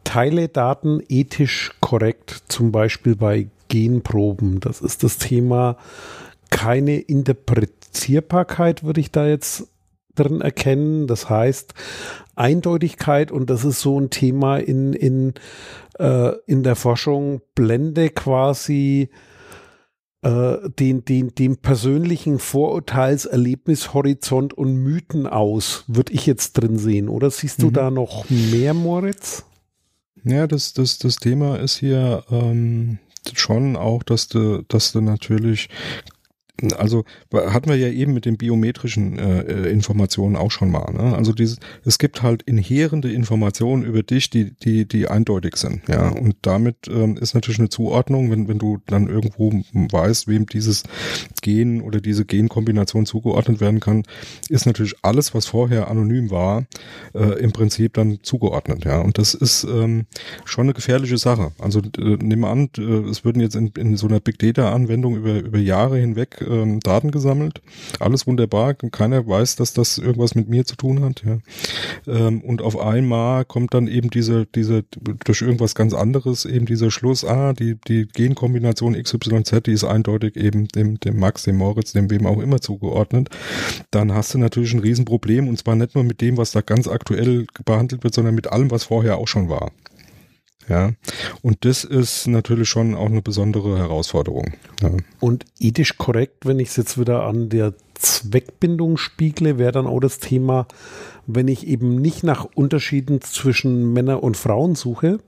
Teile Daten ethisch korrekt, zum Beispiel bei Genproben. Das ist das Thema keine Interpretierbarkeit, würde ich da jetzt drin erkennen. Das heißt Eindeutigkeit, und das ist so ein Thema in, in, äh, in der Forschung, blende quasi äh, den, den, den persönlichen Vorurteilserlebnishorizont und Mythen aus, würde ich jetzt drin sehen. Oder siehst du mhm. da noch mehr, Moritz? Ja, das, das, das Thema ist hier ähm, schon auch, dass du, dass du natürlich, also hatten wir ja eben mit den biometrischen äh, Informationen auch schon mal. Ne? Also dieses, es gibt halt inhärente Informationen über dich, die die die eindeutig sind. Ja, und damit ähm, ist natürlich eine Zuordnung, wenn wenn du dann irgendwo weißt, wem dieses Gen oder diese Genkombination zugeordnet werden kann, ist natürlich alles, was vorher anonym war, äh, im Prinzip dann zugeordnet. Ja, und das ist ähm, schon eine gefährliche Sache. Also äh, nehmen wir an, äh, es würden jetzt in, in so einer Big Data Anwendung über über Jahre hinweg Ähm, Daten gesammelt, alles wunderbar, keiner weiß, dass das irgendwas mit mir zu tun hat, ja. Ähm, und auf einmal kommt dann eben diese, diese, durch irgendwas ganz anderes eben dieser Schluss, ah, die, die Genkombination X Y Z, die ist eindeutig eben dem, dem Max, dem Moritz, dem wem auch immer zugeordnet. Dann hast du natürlich ein Riesenproblem, und zwar nicht nur mit dem, was da ganz aktuell behandelt wird, sondern mit allem, was vorher auch schon war. Ja, und das ist natürlich schon auch eine besondere Herausforderung. Ja. Und ethisch korrekt, wenn ich es jetzt wieder an der Zweckbindung spiegle, wäre dann auch das Thema, wenn ich eben nicht nach Unterschieden zwischen Männern und Frauen suche,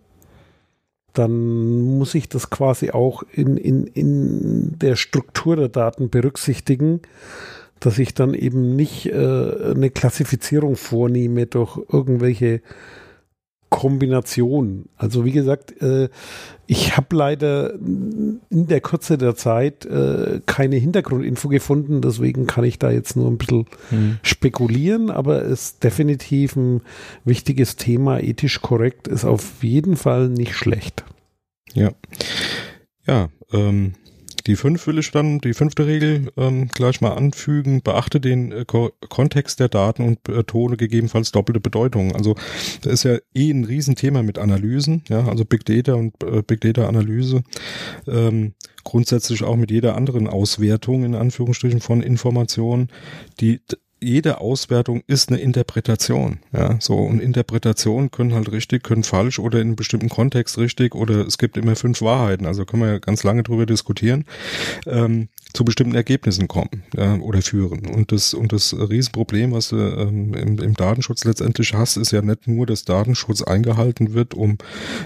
dann muss ich das quasi auch in, in, in der Struktur der Daten berücksichtigen, dass ich dann eben nicht äh, eine Klassifizierung vornehme durch irgendwelche Kombination. Also wie gesagt, äh, ich habe leider in der Kürze der Zeit äh, keine Hintergrundinfo gefunden, deswegen kann ich da jetzt nur ein bisschen hm. spekulieren, aber es ist definitiv ein wichtiges Thema. Ethisch korrekt ist auf jeden Fall nicht schlecht. Ja, ja, ähm die fünf will ich dann, die fünfte Regel ähm, gleich mal anfügen. Beachte den äh, Ko- Kontext der Daten und betone gegebenenfalls doppelte Bedeutung. Also da ist ja eh ein Riesenthema mit Analysen, ja, also Big Data und äh, Big Data Analyse. Ähm, grundsätzlich auch mit jeder anderen Auswertung in Anführungsstrichen von Informationen, die jede Auswertung ist eine Interpretation, ja, so, und Interpretationen können halt richtig, können falsch oder in einem bestimmten Kontext richtig, oder es gibt immer fünf Wahrheiten, also können wir ja ganz lange drüber diskutieren, ähm, zu bestimmten Ergebnissen kommen, ja, oder führen. Und das, und das Riesenproblem, was du ähm, im, im Datenschutz letztendlich hast, ist ja nicht nur, dass Datenschutz eingehalten wird, um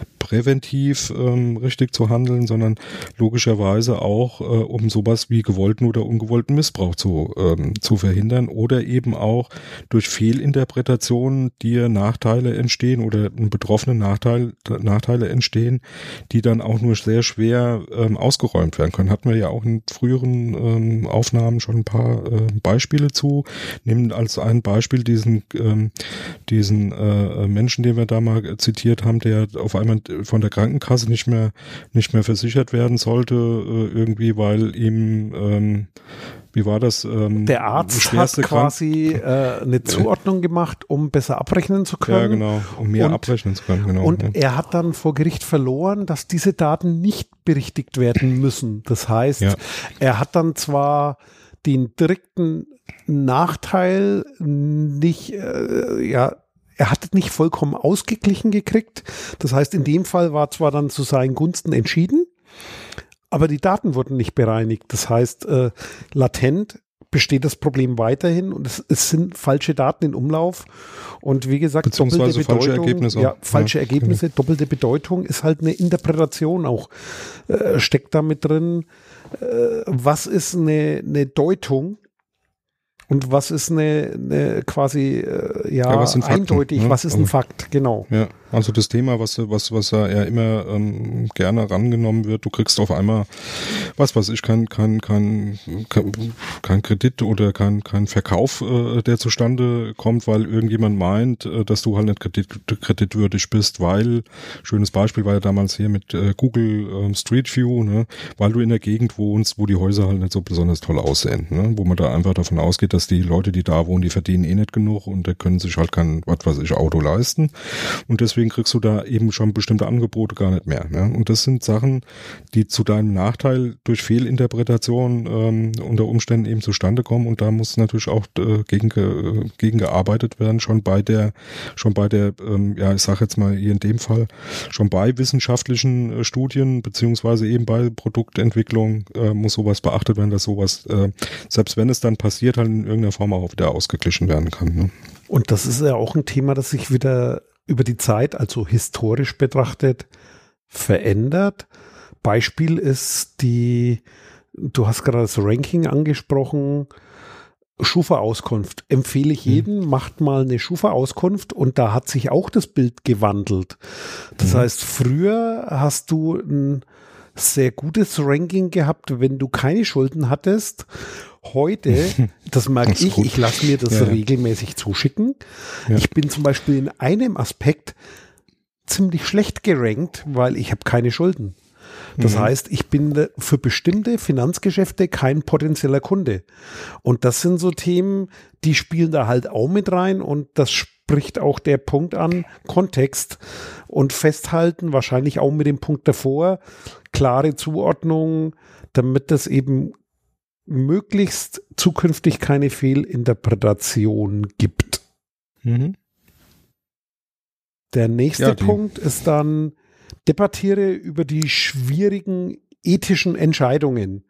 präventiv ähm, richtig zu handeln, sondern logischerweise auch, äh, um sowas wie gewollten oder ungewollten Missbrauch zu, ähm, zu verhindern, oder eben auch durch Fehlinterpretationen dir Nachteile entstehen oder betroffene Nachteil, Nachteile entstehen, die dann auch nur sehr schwer ähm, ausgeräumt werden können. Hatten wir ja auch in früheren ähm, Aufnahmen schon ein paar äh, Beispiele zu. Nehmen als ein Beispiel diesen, ähm, diesen äh, Menschen, den wir da mal zitiert haben, der auf einmal von der Krankenkasse nicht mehr, nicht mehr versichert werden sollte, äh, irgendwie, weil ihm ähm, Wie war das? Ähm, der Arzt hat quasi äh, eine Zuordnung gemacht, um besser abrechnen zu können. Ja, genau, um mehr und, abrechnen zu können. Genau, und ja. er hat dann vor Gericht verloren, dass diese Daten nicht berichtigt werden müssen. Das heißt, ja. er hat dann zwar den direkten Nachteil nicht, äh, ja, er hat es nicht vollkommen ausgeglichen gekriegt. Das heißt, in dem Fall war zwar dann zu seinen Gunsten entschieden, aber die Daten wurden nicht bereinigt. Das heißt, äh, latent besteht das Problem weiterhin und es, es sind falsche Daten in Umlauf. Und wie gesagt, doppelte Bedeutung, falsche Ergebnisse. Ja, falsche ja, Ergebnisse, genau. Doppelte Bedeutung ist halt eine Interpretation auch. Äh, steckt da mit drin, äh, was ist eine, eine Deutung? Und was ist eine, eine quasi, äh, ja, ja was eindeutig, Fakten, ne? Was ist ein Fakt, genau. Ja, also das Thema, was, was, was ja immer ähm, gerne rangenommen wird, du kriegst auf einmal, was weiß ich, kein, kein, kein, kein, kein Kredit oder kein, kein Verkauf, äh, der zustande kommt, weil irgendjemand meint, äh, dass du halt nicht kredit, kreditwürdig bist, weil, schönes Beispiel war ja damals hier mit äh, Google ähm, Street View, ne, weil du in der Gegend wohnst, wo die Häuser halt nicht so besonders toll aussehen, ne, wo man da einfach davon ausgeht, dass dass die Leute, die da wohnen, die verdienen eh nicht genug und da können sich halt kein, was weiß ich, Auto leisten. Und deswegen kriegst du da eben schon bestimmte Angebote gar nicht mehr. Ne? Und das sind Sachen, die zu deinem Nachteil durch Fehlinterpretation ähm, unter Umständen eben zustande kommen. Und da muss natürlich auch äh, gegen, äh, gegen gearbeitet werden, schon bei der, schon bei der, ähm, ja, ich sag jetzt mal hier in dem Fall, schon bei wissenschaftlichen äh, Studien, beziehungsweise eben bei Produktentwicklung äh, muss sowas beachtet werden, dass sowas, äh, selbst wenn es dann passiert, halt in irgendeiner Form auch wieder ausgeglichen werden kann. Ne? Und das ist ja auch ein Thema, das sich wieder über die Zeit, also historisch betrachtet, verändert. Beispiel ist die, du hast gerade das Ranking angesprochen, Schufa-Auskunft. Empfehle ich jedem, mhm. macht mal eine Schufa-Auskunft und da hat sich auch das Bild gewandelt. Das mhm. heißt, früher hast du ein sehr gutes Ranking gehabt, wenn du keine Schulden hattest. Heute, das merke ich, gut. ich lasse mir das ja, regelmäßig zuschicken. Ja. Ich bin zum Beispiel in einem Aspekt ziemlich schlecht gerankt, weil ich habe keine Schulden. Das mhm. heißt, ich bin für bestimmte Finanzgeschäfte kein potenzieller Kunde. Und das sind so Themen, die spielen da halt auch mit rein und das spricht auch der Punkt an, Kontext und festhalten, wahrscheinlich auch mit dem Punkt davor, klare Zuordnung, damit das eben möglichst zukünftig keine Fehlinterpretation gibt. Mhm. Der nächste ja, Punkt ist dann, debattiere über die schwierigen ethischen Entscheidungen.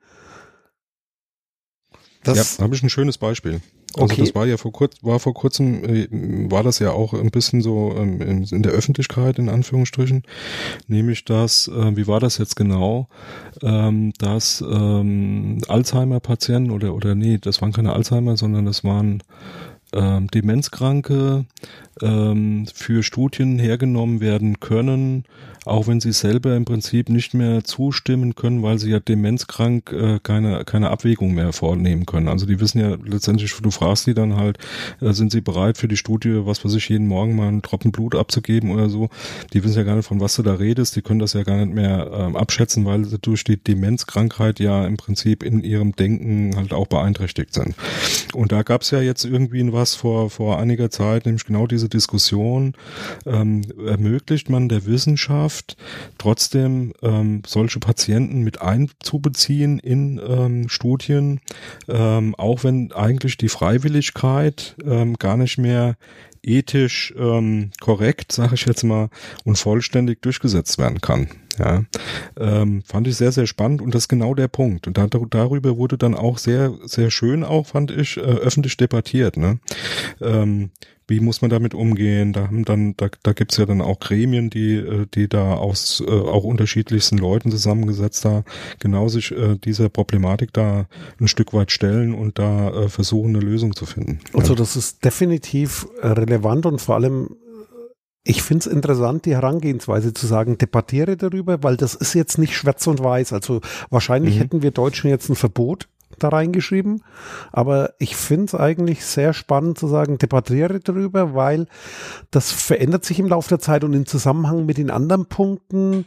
Das ja, habe ich ein schönes Beispiel. Also okay. das war ja vor kurz, war vor kurzem, äh, war das ja auch ein bisschen so ähm, in, in der Öffentlichkeit, in Anführungsstrichen, nämlich dass, äh, wie war das jetzt genau, ähm, dass ähm, Alzheimer-Patienten oder, oder nee, das waren keine Alzheimer, sondern das waren ähm, Demenzkranke ähm, für Studien hergenommen werden können, auch wenn sie selber im Prinzip nicht mehr zustimmen können, weil sie ja demenzkrank äh, keine keine Abwägung mehr vornehmen können. Also die wissen ja letztendlich, du fragst die dann halt, äh, sind sie bereit für die Studie, was weiß ich, jeden Morgen mal einen Tropfen Blut abzugeben oder so. Die wissen ja gar nicht, von was du da redest. Die können das ja gar nicht mehr ähm, abschätzen, weil sie durch die Demenzkrankheit ja im Prinzip in ihrem Denken halt auch beeinträchtigt sind. Und da gab es ja jetzt irgendwie was vor vor einiger Zeit, nämlich genau diese Diskussion, ähm, ermöglicht man der Wissenschaft trotzdem ähm, solche Patienten mit einzubeziehen in ähm, Studien, ähm, auch wenn eigentlich die Freiwilligkeit ähm, gar nicht mehr ethisch ähm, korrekt, sage ich jetzt mal, und vollständig durchgesetzt werden kann. Ja, ähm, fand ich sehr, sehr spannend und das ist genau der Punkt. Und da, darüber wurde dann auch sehr, sehr schön auch, fand ich, äh, öffentlich debattiert. Ne? Ähm, wie muss man damit umgehen? Da haben dann, da, da gibt's ja dann auch Gremien, die, die da aus äh, auch unterschiedlichsten Leuten zusammengesetzt da genau sich äh, dieser Problematik da ein Stück weit stellen und da äh, versuchen, eine Lösung zu finden. Also ja. Das ist definitiv relevant und vor allem ich finde es interessant, die Herangehensweise zu sagen, debattiere darüber, weil das ist jetzt nicht schwarz und weiß. Also wahrscheinlich mhm. hätten wir Deutschen jetzt ein Verbot da reingeschrieben, aber ich finde es eigentlich sehr spannend zu sagen, debattiere darüber, weil das verändert sich im Laufe der Zeit und im Zusammenhang mit den anderen Punkten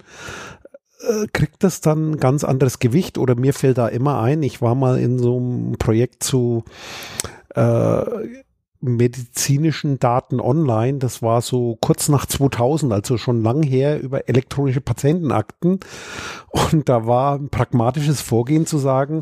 äh, kriegt das dann ein ganz anderes Gewicht oder mir fällt da immer ein, ich war mal in so einem Projekt zu äh, medizinischen Daten online, das war so kurz nach zweitausend, also schon lang her, über elektronische Patientenakten und da war ein pragmatisches Vorgehen zu sagen,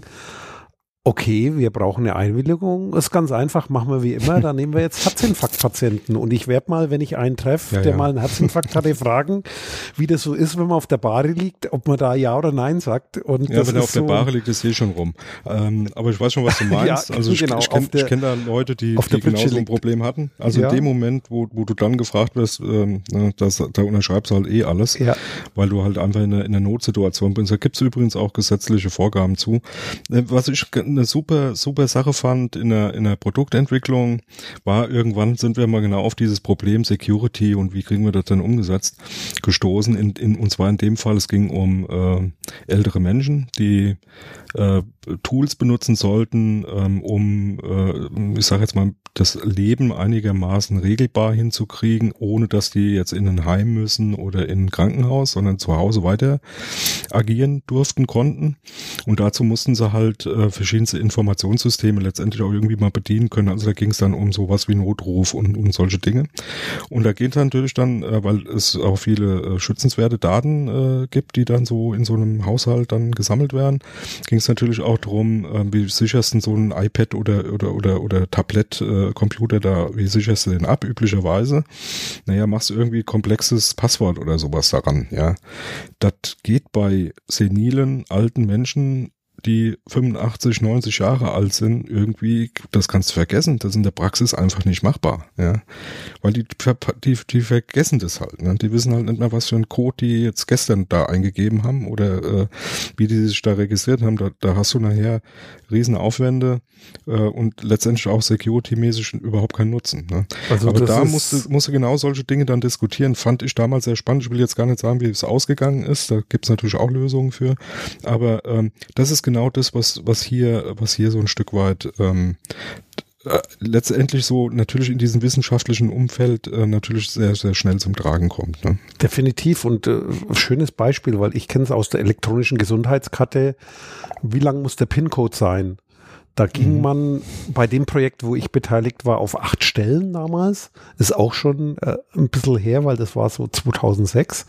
okay, wir brauchen eine Einwilligung, ist ganz einfach, machen wir wie immer, dann nehmen wir jetzt Herzinfarktpatienten und ich werde mal, wenn ich einen treffe, ja, der ja. mal einen Herzinfarkt hatte, fragen, wie das so ist, wenn man auf der Bahre liegt, ob man da ja oder nein sagt. Und ja, das wenn er auf so der Bahre liegt, ist eh schon rum. Ähm, aber ich weiß schon, was du meinst. ja, also ich, genau, ich kenne kenn da Leute, die, die genau so ein Problem hatten. Also ja. in dem Moment, wo, wo du dann gefragt wirst, ähm, das, da unterschreibst du halt eh alles, ja. weil du halt einfach in einer, in einer Notsituation bist. Da gibt es übrigens auch gesetzliche Vorgaben zu. Äh, was ich eine super, super Sache fand in der, in der Produktentwicklung war, irgendwann sind wir mal genau auf dieses Problem Security und wie kriegen wir das denn umgesetzt, gestoßen. In, in, und zwar in dem Fall, es ging um äh, ältere Menschen, die äh, Tools benutzen sollten, ähm, um, äh, ich sage jetzt mal, das Leben einigermaßen regelbar hinzukriegen, ohne dass die jetzt in ein Heim müssen oder in ein Krankenhaus, sondern zu Hause weiter agieren durften, konnten. Und dazu mussten sie halt äh, verschiedene verschiedenste Informationssysteme letztendlich auch irgendwie mal bedienen können. Also da ging es dann um sowas wie Notruf und, und solche Dinge. Und da geht es natürlich dann, äh, weil es auch viele äh, schützenswerte Daten äh, gibt, die dann so in so einem Haushalt dann gesammelt werden, ging es natürlich auch darum, äh, wie sicherst du so ein iPad oder oder oder oder Tablet-Computer äh, da, wie sicherst du den ab, üblicherweise? Naja, machst du irgendwie komplexes Passwort oder sowas daran, ja. Das geht bei senilen, alten Menschen, die fünfundachtzig, neunzig Jahre alt sind, irgendwie, das kannst du vergessen, das ist in der Praxis einfach nicht machbar, ja, weil die, die, die vergessen das halt, ne? Die wissen halt nicht mehr, was für ein Code die jetzt gestern da eingegeben haben oder äh, wie die sich da registriert haben, da, da hast du nachher riesen Aufwände äh, und letztendlich auch security-mäßig überhaupt keinen Nutzen, ne? Also aber da musst du, musst du genau solche Dinge dann diskutieren, fand ich damals sehr spannend. Ich will jetzt gar nicht sagen, wie es ausgegangen ist, da gibt es natürlich auch Lösungen für, aber ähm, das ist genau das, was, was hier, was hier so ein Stück weit ähm, äh, letztendlich so natürlich in diesem wissenschaftlichen Umfeld äh, natürlich sehr, sehr schnell zum Tragen kommt. Ne? Definitiv und äh, schönes Beispiel, weil ich kenne es aus der elektronischen Gesundheitskarte. Wie lang muss der PIN-Code sein? Da ging mhm. man bei dem Projekt, wo ich beteiligt war, auf acht Stellen damals. Ist auch schon äh, ein bisschen her, weil das war so zweitausendsechs.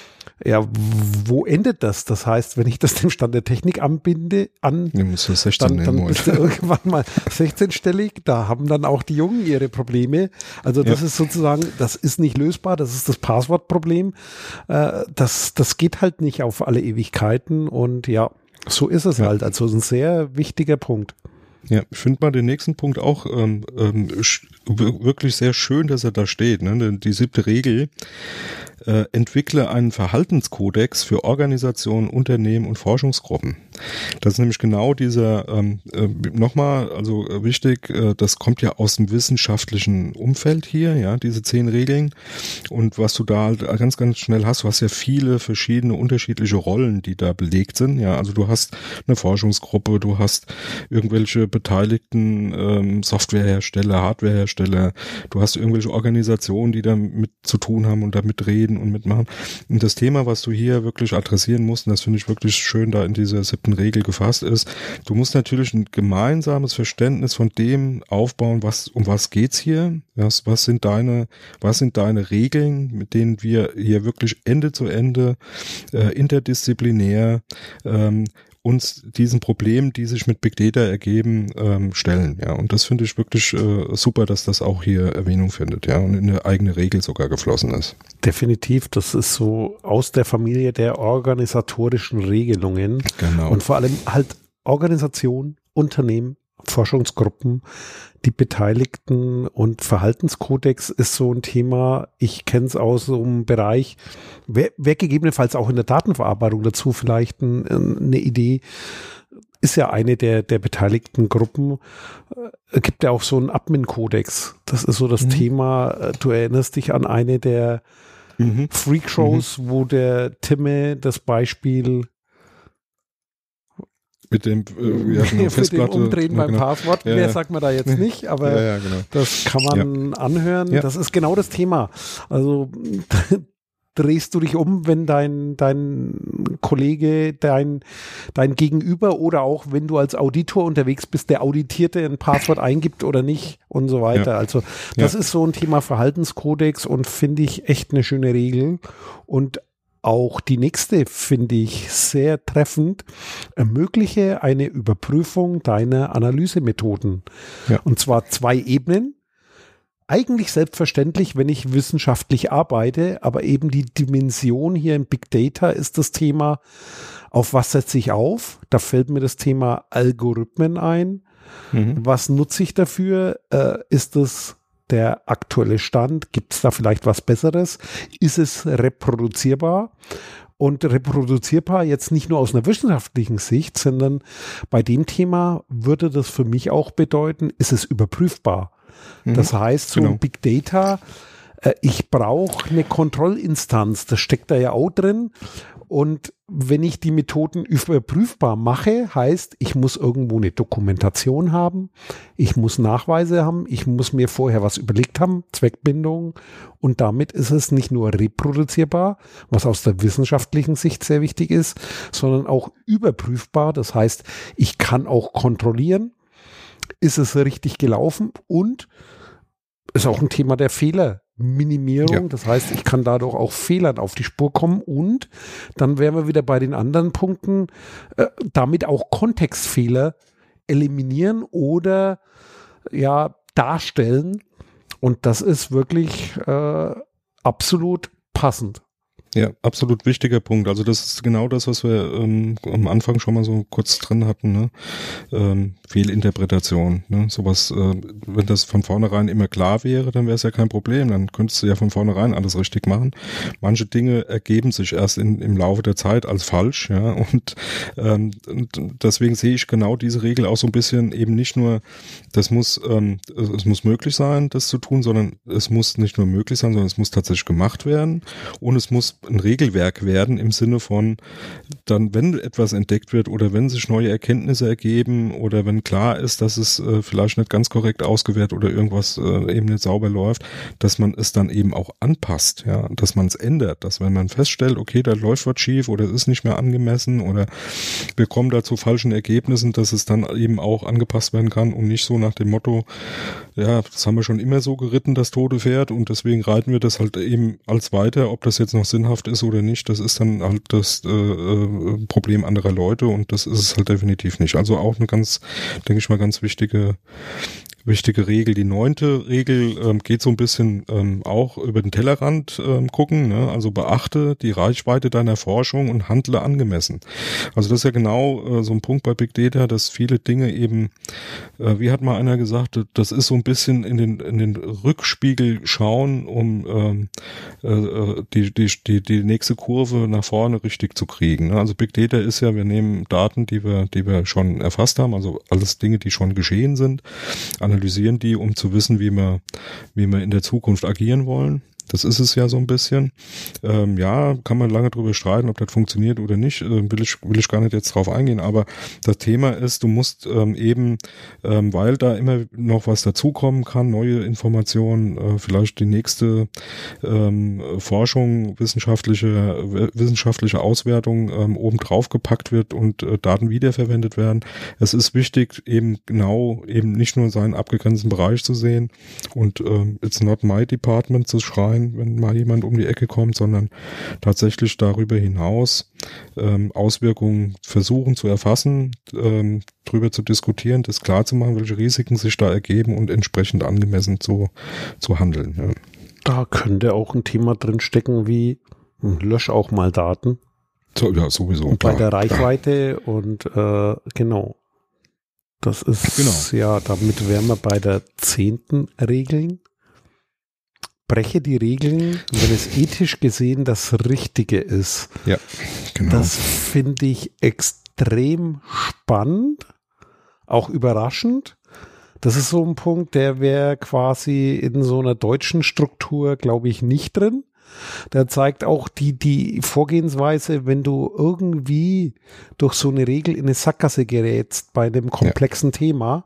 Ja, wo endet das? Das heißt, wenn ich das dem Stand der Technik anbinde, an, dann, dann, dann bist du irgendwann mal sechzehnstellig. Da haben dann auch die Jungen ihre Probleme. Also das ja. ist sozusagen, das ist nicht lösbar. Das ist das Passwortproblem. Äh, das, das geht halt nicht auf alle Ewigkeiten. Und ja, so ist es ja. halt. Also ein sehr wichtiger Punkt. Ja, ich finde mal den nächsten Punkt auch ähm, ähm, wirklich sehr schön, dass er da steht. Ne? Die siebte Regel. Äh, entwickle einen Verhaltenskodex für Organisationen, Unternehmen und Forschungsgruppen. Das ist nämlich genau dieser, ähm, äh, nochmal, also äh, wichtig, äh, das kommt ja aus dem wissenschaftlichen Umfeld hier, ja, diese zehn Regeln. Und was du da halt ganz, ganz schnell hast, du hast ja viele verschiedene unterschiedliche Rollen, die da belegt sind. Ja, also du hast eine Forschungsgruppe, du hast irgendwelche beteiligten ähm, Softwarehersteller, Hardwarehersteller, du hast irgendwelche Organisationen, die damit zu tun haben und damit reden und mitmachen. Und das Thema, was du hier wirklich adressieren musst, und das finde ich wirklich schön da in dieser siebten Regel gefasst ist, du musst natürlich ein gemeinsames Verständnis von dem aufbauen, was, um was geht's hier, was, was sind deine, was sind deine Regeln, mit denen wir hier wirklich Ende zu Ende äh, interdisziplinär ähm, uns diesen Problemen, die sich mit Big Data ergeben, ähm, stellen. Ja, und das finde ich wirklich äh, super, dass das auch hier Erwähnung findet, ja, und in eine eigene Regel sogar geflossen ist. Definitiv, das ist so aus der Familie der organisatorischen Regelungen. Genau. Und vor allem halt Organisation, Unternehmen, Forschungsgruppen, die Beteiligten und Verhaltenskodex ist so ein Thema. Ich kenne es aus so einem Bereich, wäre wär gegebenenfalls auch in der Datenverarbeitung dazu vielleicht ein, eine Idee, ist ja eine der, der beteiligten Gruppen, äh, gibt ja auch so einen Admin-Kodex. Das ist so das mhm. Thema, du erinnerst dich an eine der mhm. Freak-Shows, mhm. wo der Timme das Beispiel mit dem äh, ja, genau, Festplatte, dem Umdrehen ja, beim genau. Passwort, ja, mehr ja. sagt man da jetzt nicht, aber ja, ja, genau. das kann man ja. anhören. Ja. Das ist genau das Thema. Also drehst du dich um, wenn dein, dein Kollege, dein, dein Gegenüber oder auch wenn du als Auditor unterwegs bist, der Auditierte ein Passwort eingibt oder nicht und so weiter. Ja. Also das ja. ist so ein Thema Verhaltenskodex und finde ich echt eine schöne Regel. Und auch die nächste finde ich sehr treffend. Ermögliche eine Überprüfung deiner Analysemethoden. Ja. Und zwar zwei Ebenen. Eigentlich selbstverständlich, wenn ich wissenschaftlich arbeite, aber eben die Dimension hier im Big Data ist das Thema, auf was setze ich auf? Da fällt mir das Thema Algorithmen ein. Mhm. Was nutze ich dafür? Äh, ist das der aktuelle Stand? Gibt es da vielleicht was Besseres? Ist es reproduzierbar? Und reproduzierbar jetzt nicht nur aus einer wissenschaftlichen Sicht, sondern bei dem Thema würde das für mich auch bedeuten, ist es überprüfbar? Mhm. Das heißt, so genau. Big Data, äh, ich brauche eine Kontrollinstanz, das steckt da ja auch drin. Und wenn ich die Methoden überprüfbar mache, heißt, ich muss irgendwo eine Dokumentation haben, ich muss Nachweise haben, ich muss mir vorher was überlegt haben, Zweckbindung, und damit ist es nicht nur reproduzierbar, was aus der wissenschaftlichen Sicht sehr wichtig ist, sondern auch überprüfbar. Das heißt, ich kann auch kontrollieren, ist es richtig gelaufen, und ist auch ein Thema der Fehlerminimierung. Ja. Das heißt, ich kann dadurch auch Fehlern auf die Spur kommen, und dann wären wir wieder bei den anderen Punkten, äh, damit auch Kontextfehler eliminieren oder ja darstellen. Und das ist wirklich äh, absolut passend. Ja, absolut wichtiger Punkt. Also das ist genau das, was wir ähm, am Anfang schon mal so kurz drin hatten, ne? Ähm, Fehlinterpretation. Ne? Sowas, äh, wenn das von vornherein immer klar wäre, dann wäre es ja kein Problem. Dann könntest du ja von vornherein alles richtig machen. Manche Dinge ergeben sich erst in, im Laufe der Zeit als falsch, ja. Und, ähm, und deswegen sehe ich genau diese Regel auch so ein bisschen eben nicht nur, das muss, ähm, es muss möglich sein, das zu tun, sondern es muss nicht nur möglich sein, sondern es muss tatsächlich gemacht werden, und es muss ein Regelwerk werden im Sinne von, dann, wenn etwas entdeckt wird oder wenn sich neue Erkenntnisse ergeben oder wenn klar ist, dass es äh, vielleicht nicht ganz korrekt ausgewertet oder irgendwas äh, eben nicht sauber läuft, dass man es dann eben auch anpasst, ja, dass man es ändert, dass wenn man feststellt, okay, da läuft was schief oder es ist nicht mehr angemessen oder wir kommen da zu falschen Ergebnissen, dass es dann eben auch angepasst werden kann und nicht so nach dem Motto, ja, das haben wir schon immer so geritten, das tote Pferd, und deswegen reiten wir das halt eben als weiter, ob das jetzt noch sinnhaft ist oder nicht, das ist dann halt das äh, äh, Problem anderer Leute, und das ist es halt definitiv nicht. Also auch eine ganz, denke ich mal, ganz wichtige wichtige Regel. Die neunte Regel ähm, geht so ein bisschen ähm, auch über den Tellerrand ähm, gucken, ne? Also beachte die Reichweite deiner Forschung und handle angemessen. Also das ist ja genau äh, so ein Punkt bei Big Data, dass viele Dinge eben, äh, wie hat mal einer gesagt, das ist so ein bisschen in den in den Rückspiegel schauen, um ähm, äh, die, die, die, die nächste Kurve nach vorne richtig zu kriegen. Ne? Also Big Data ist ja, wir nehmen Daten, die wir, die wir schon erfasst haben, also alles Dinge, die schon geschehen sind, analysieren die, um zu wissen, wie wir, wie wir in der Zukunft agieren wollen. Das ist es ja so ein bisschen. Ähm, ja, kann man lange drüber streiten, ob das funktioniert oder nicht. Äh, will ich will ich gar nicht jetzt drauf eingehen. Aber das Thema ist, du musst ähm, eben, ähm, weil da immer noch was dazukommen kann, neue Informationen, äh, vielleicht die nächste ähm, Forschung, wissenschaftliche äh, wissenschaftliche Auswertung ähm, oben drauf gepackt wird und äh, Daten wiederverwendet werden. Es ist wichtig, eben genau eben nicht nur seinen abgegrenzten Bereich zu sehen und äh, it's not my department zu schreien, wenn mal jemand um die Ecke kommt, sondern tatsächlich darüber hinaus ähm, Auswirkungen versuchen zu erfassen, ähm, drüber zu diskutieren, das klar zu machen, welche Risiken sich da ergeben und entsprechend angemessen zu, zu handeln. Ja. Da könnte auch ein Thema drin stecken wie lösch auch mal Daten. So, ja, sowieso. Und bei der Reichweite ja. und äh, genau. Das ist genau. Ja, damit wären wir bei der zehnten Regeln. Breche die Regeln, wenn es ethisch gesehen das Richtige ist. Ja, genau. Das finde ich extrem spannend, auch überraschend. Das ist so ein Punkt, der wäre quasi in so einer deutschen Struktur, glaube ich, nicht drin. Der zeigt auch die, die Vorgehensweise, wenn du irgendwie durch so eine Regel in eine Sackgasse gerätst bei einem komplexen ja. Thema,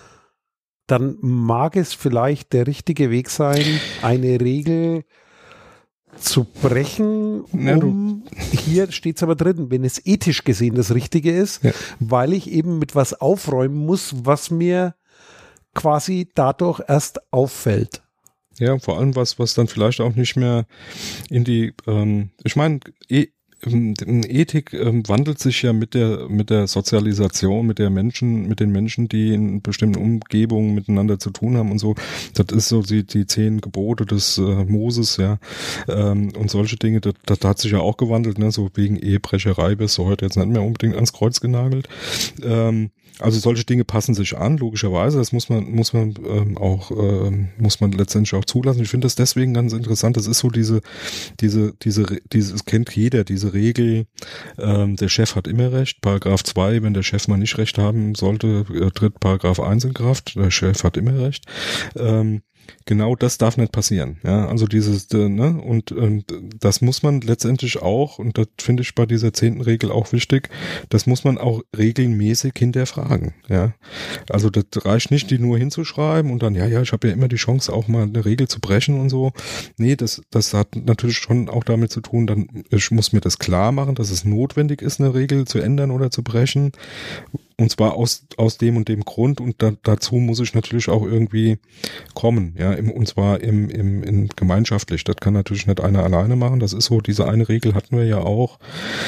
dann mag es vielleicht der richtige Weg sein, eine Regel zu brechen, um, ja, hier steht es aber drin, wenn es ethisch gesehen das Richtige ist, ja. weil ich eben mit was aufräumen muss, was mir quasi dadurch erst auffällt. Ja, vor allem was, was dann vielleicht auch nicht mehr in die, ähm, ich meine, e Ethik ähm, wandelt sich ja mit der mit der Sozialisation, mit der Menschen, mit den Menschen, die in bestimmten Umgebungen miteinander zu tun haben und so. Das ist so die die zehn Gebote des äh, Moses, ja, ähm, und solche Dinge. Das, das hat sich ja auch gewandelt, ne, so wegen Ehebrecherei bist du heute jetzt nicht mehr unbedingt ans Kreuz genagelt. Ähm, Also solche Dinge passen sich an, logischerweise. Das muss man, muss man ähm, auch, ähm, muss man letztendlich auch zulassen. Ich finde das deswegen ganz interessant. Das ist so diese, diese, diese, diese, das kennt jeder, diese Regel. Ähm, der Chef hat immer recht. Paragraph zwei, wenn der Chef mal nicht recht haben sollte, äh, tritt Paragraph eins in Kraft. Der Chef hat immer recht. Ähm, Genau das darf nicht passieren. Ja, also dieses, ne, und ähm, das muss man letztendlich auch, und das finde ich bei dieser zehnten Regel auch wichtig, das muss man auch regelmäßig hinterfragen. Ja, also das reicht nicht, die nur hinzuschreiben und dann, ja, ja, ich habe ja immer die Chance, auch mal eine Regel zu brechen und so. Nee, das, das hat natürlich schon auch damit zu tun, dann, ich muss mir das klar machen, dass es notwendig ist, eine Regel zu ändern oder zu brechen. Und zwar aus, aus dem und dem Grund, und da, dazu muss ich natürlich auch irgendwie kommen, ja, im, und zwar im, im, im gemeinschaftlich. Das kann natürlich nicht einer alleine machen. Das ist so, diese eine Regel hatten wir ja auch.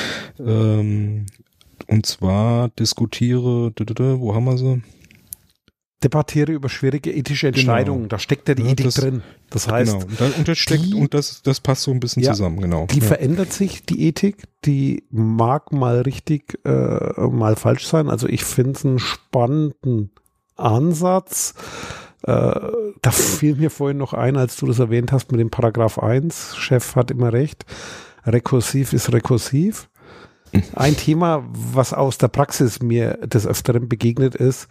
Ähm, und zwar diskutiere, wo haben wir sie? Debattiere über schwierige ethische Entscheidungen. Genau. Da steckt ja die ja, Ethik das, drin. Das heißt, genau. Und, da, und das steckt die, und das, das passt so ein bisschen ja, zusammen, genau. Die ja. verändert sich, die Ethik. Die mag mal richtig, äh, mal falsch sein. Also ich finde es einen spannenden Ansatz. Äh, da fiel mir vorhin noch ein, als du das erwähnt hast mit dem Paragraph eins. Chef hat immer recht. Rekursiv ist rekursiv. Ein Thema, was aus der Praxis mir des Öfteren begegnet ist,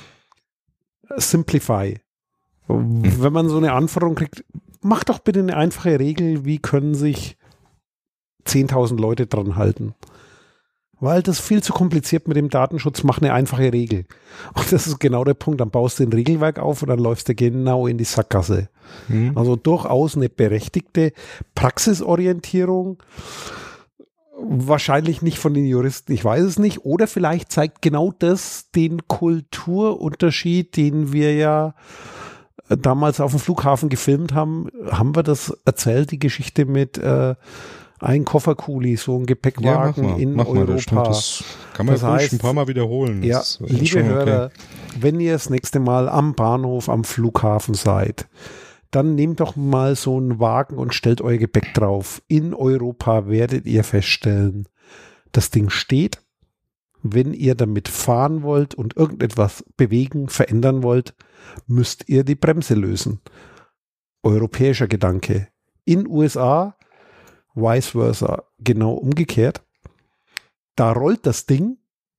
Simplify. Mhm. Wenn man so eine Anforderung kriegt, mach doch bitte eine einfache Regel, wie können sich zehntausend Leute dran halten. Weil das ist viel zu kompliziert mit dem Datenschutz, mach eine einfache Regel. Und das ist genau der Punkt, dann baust du ein Regelwerk auf und dann läufst du genau in die Sackgasse. Mhm. Also durchaus eine berechtigte Praxisorientierung. Wahrscheinlich nicht von den Juristen, ich weiß es nicht. Oder vielleicht zeigt genau das den Kulturunterschied, den wir ja damals auf dem Flughafen gefilmt haben. Haben wir das erzählt, die Geschichte mit äh, ein Kofferkuli, so ein Gepäckwagen ja, mach mal, in mach Europa. Mal, das, das kann man das heißt, ein paar Mal wiederholen. Ja, das ist liebe schon Hörer, okay. Wenn ihr das nächste Mal am Bahnhof, am Flughafen seid, dann nehmt doch mal so einen Wagen und stellt euer Gepäck drauf. In Europa werdet ihr feststellen, das Ding steht. Wenn ihr damit fahren wollt und irgendetwas bewegen, verändern wollt, müsst ihr die Bremse lösen. Europäischer Gedanke. In U S A, vice versa, genau umgekehrt. Da rollt das Ding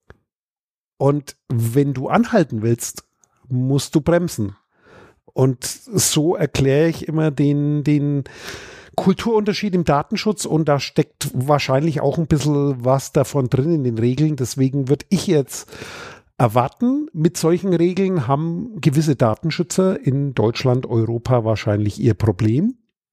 und wenn du anhalten willst, musst du bremsen. Und so erkläre ich immer den, den Kulturunterschied im Datenschutz und da steckt wahrscheinlich auch ein bisschen was davon drin in den Regeln. Deswegen würde ich jetzt erwarten, mit solchen Regeln haben gewisse Datenschützer in Deutschland, Europa wahrscheinlich ihr Problem.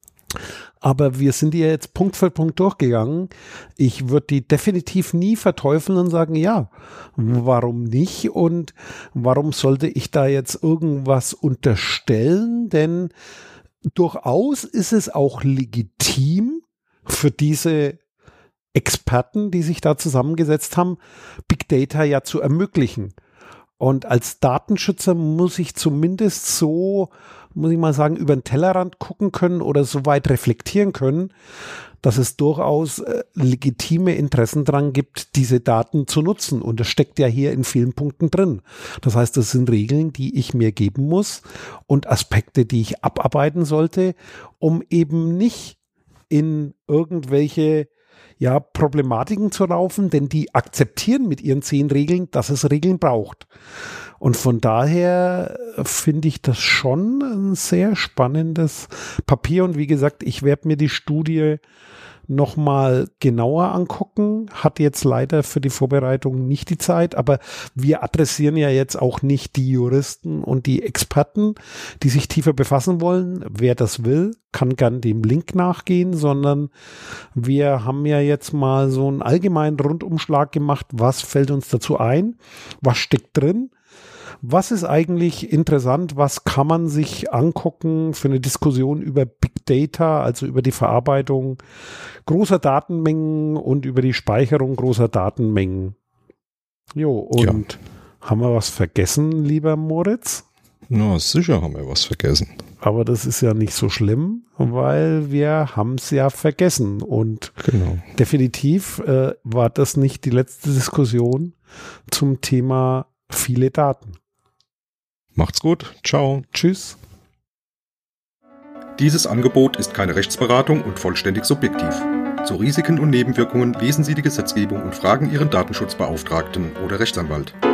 Aber wir sind ja jetzt Punkt für Punkt durchgegangen. Ich würde die definitiv nie verteufeln und sagen, ja, warum nicht? Und warum sollte ich da jetzt irgendwas unterstellen? Denn durchaus ist es auch legitim für diese Experten, die sich da zusammengesetzt haben, Big Data ja zu ermöglichen. Und als Datenschützer muss ich zumindest so, muss ich mal sagen, über den Tellerrand gucken können oder so weit reflektieren können, dass es durchaus äh, legitime Interessen dran gibt, diese Daten zu nutzen. Und das steckt ja hier in vielen Punkten drin. Das heißt, das sind Regeln, die ich mir geben muss und Aspekte, die ich abarbeiten sollte, um eben nicht in irgendwelche ja, Problematiken zu laufen, denn die akzeptieren mit ihren zehn Regeln, dass es Regeln braucht. Und von daher finde ich das schon ein sehr spannendes Papier. Und wie gesagt, ich werde mir die Studie nochmal genauer angucken. Hat jetzt leider für die Vorbereitung nicht die Zeit, aber wir adressieren ja jetzt auch nicht die Juristen und die Experten, die sich tiefer befassen wollen. Wer das will, kann gern dem Link nachgehen, sondern wir haben ja jetzt mal so einen allgemeinen Rundumschlag gemacht. Was fällt uns dazu ein? Was steckt drin? Was ist eigentlich interessant? Was kann man sich angucken für eine Diskussion über Big Data, also über die Verarbeitung großer Datenmengen und über die Speicherung großer Datenmengen? Jo, und ja. Haben wir was vergessen, lieber Moritz? Na, sicher haben wir was vergessen. Aber das ist ja nicht so schlimm, weil wir haben es ja vergessen. Und genau. definitiv äh, war das nicht die letzte Diskussion zum Thema viele Daten. Macht's gut. Ciao. Tschüss. Dieses Angebot ist keine Rechtsberatung und vollständig subjektiv. Zu Risiken und Nebenwirkungen lesen Sie die Gesetzgebung und fragen Ihren Datenschutzbeauftragten oder Rechtsanwalt.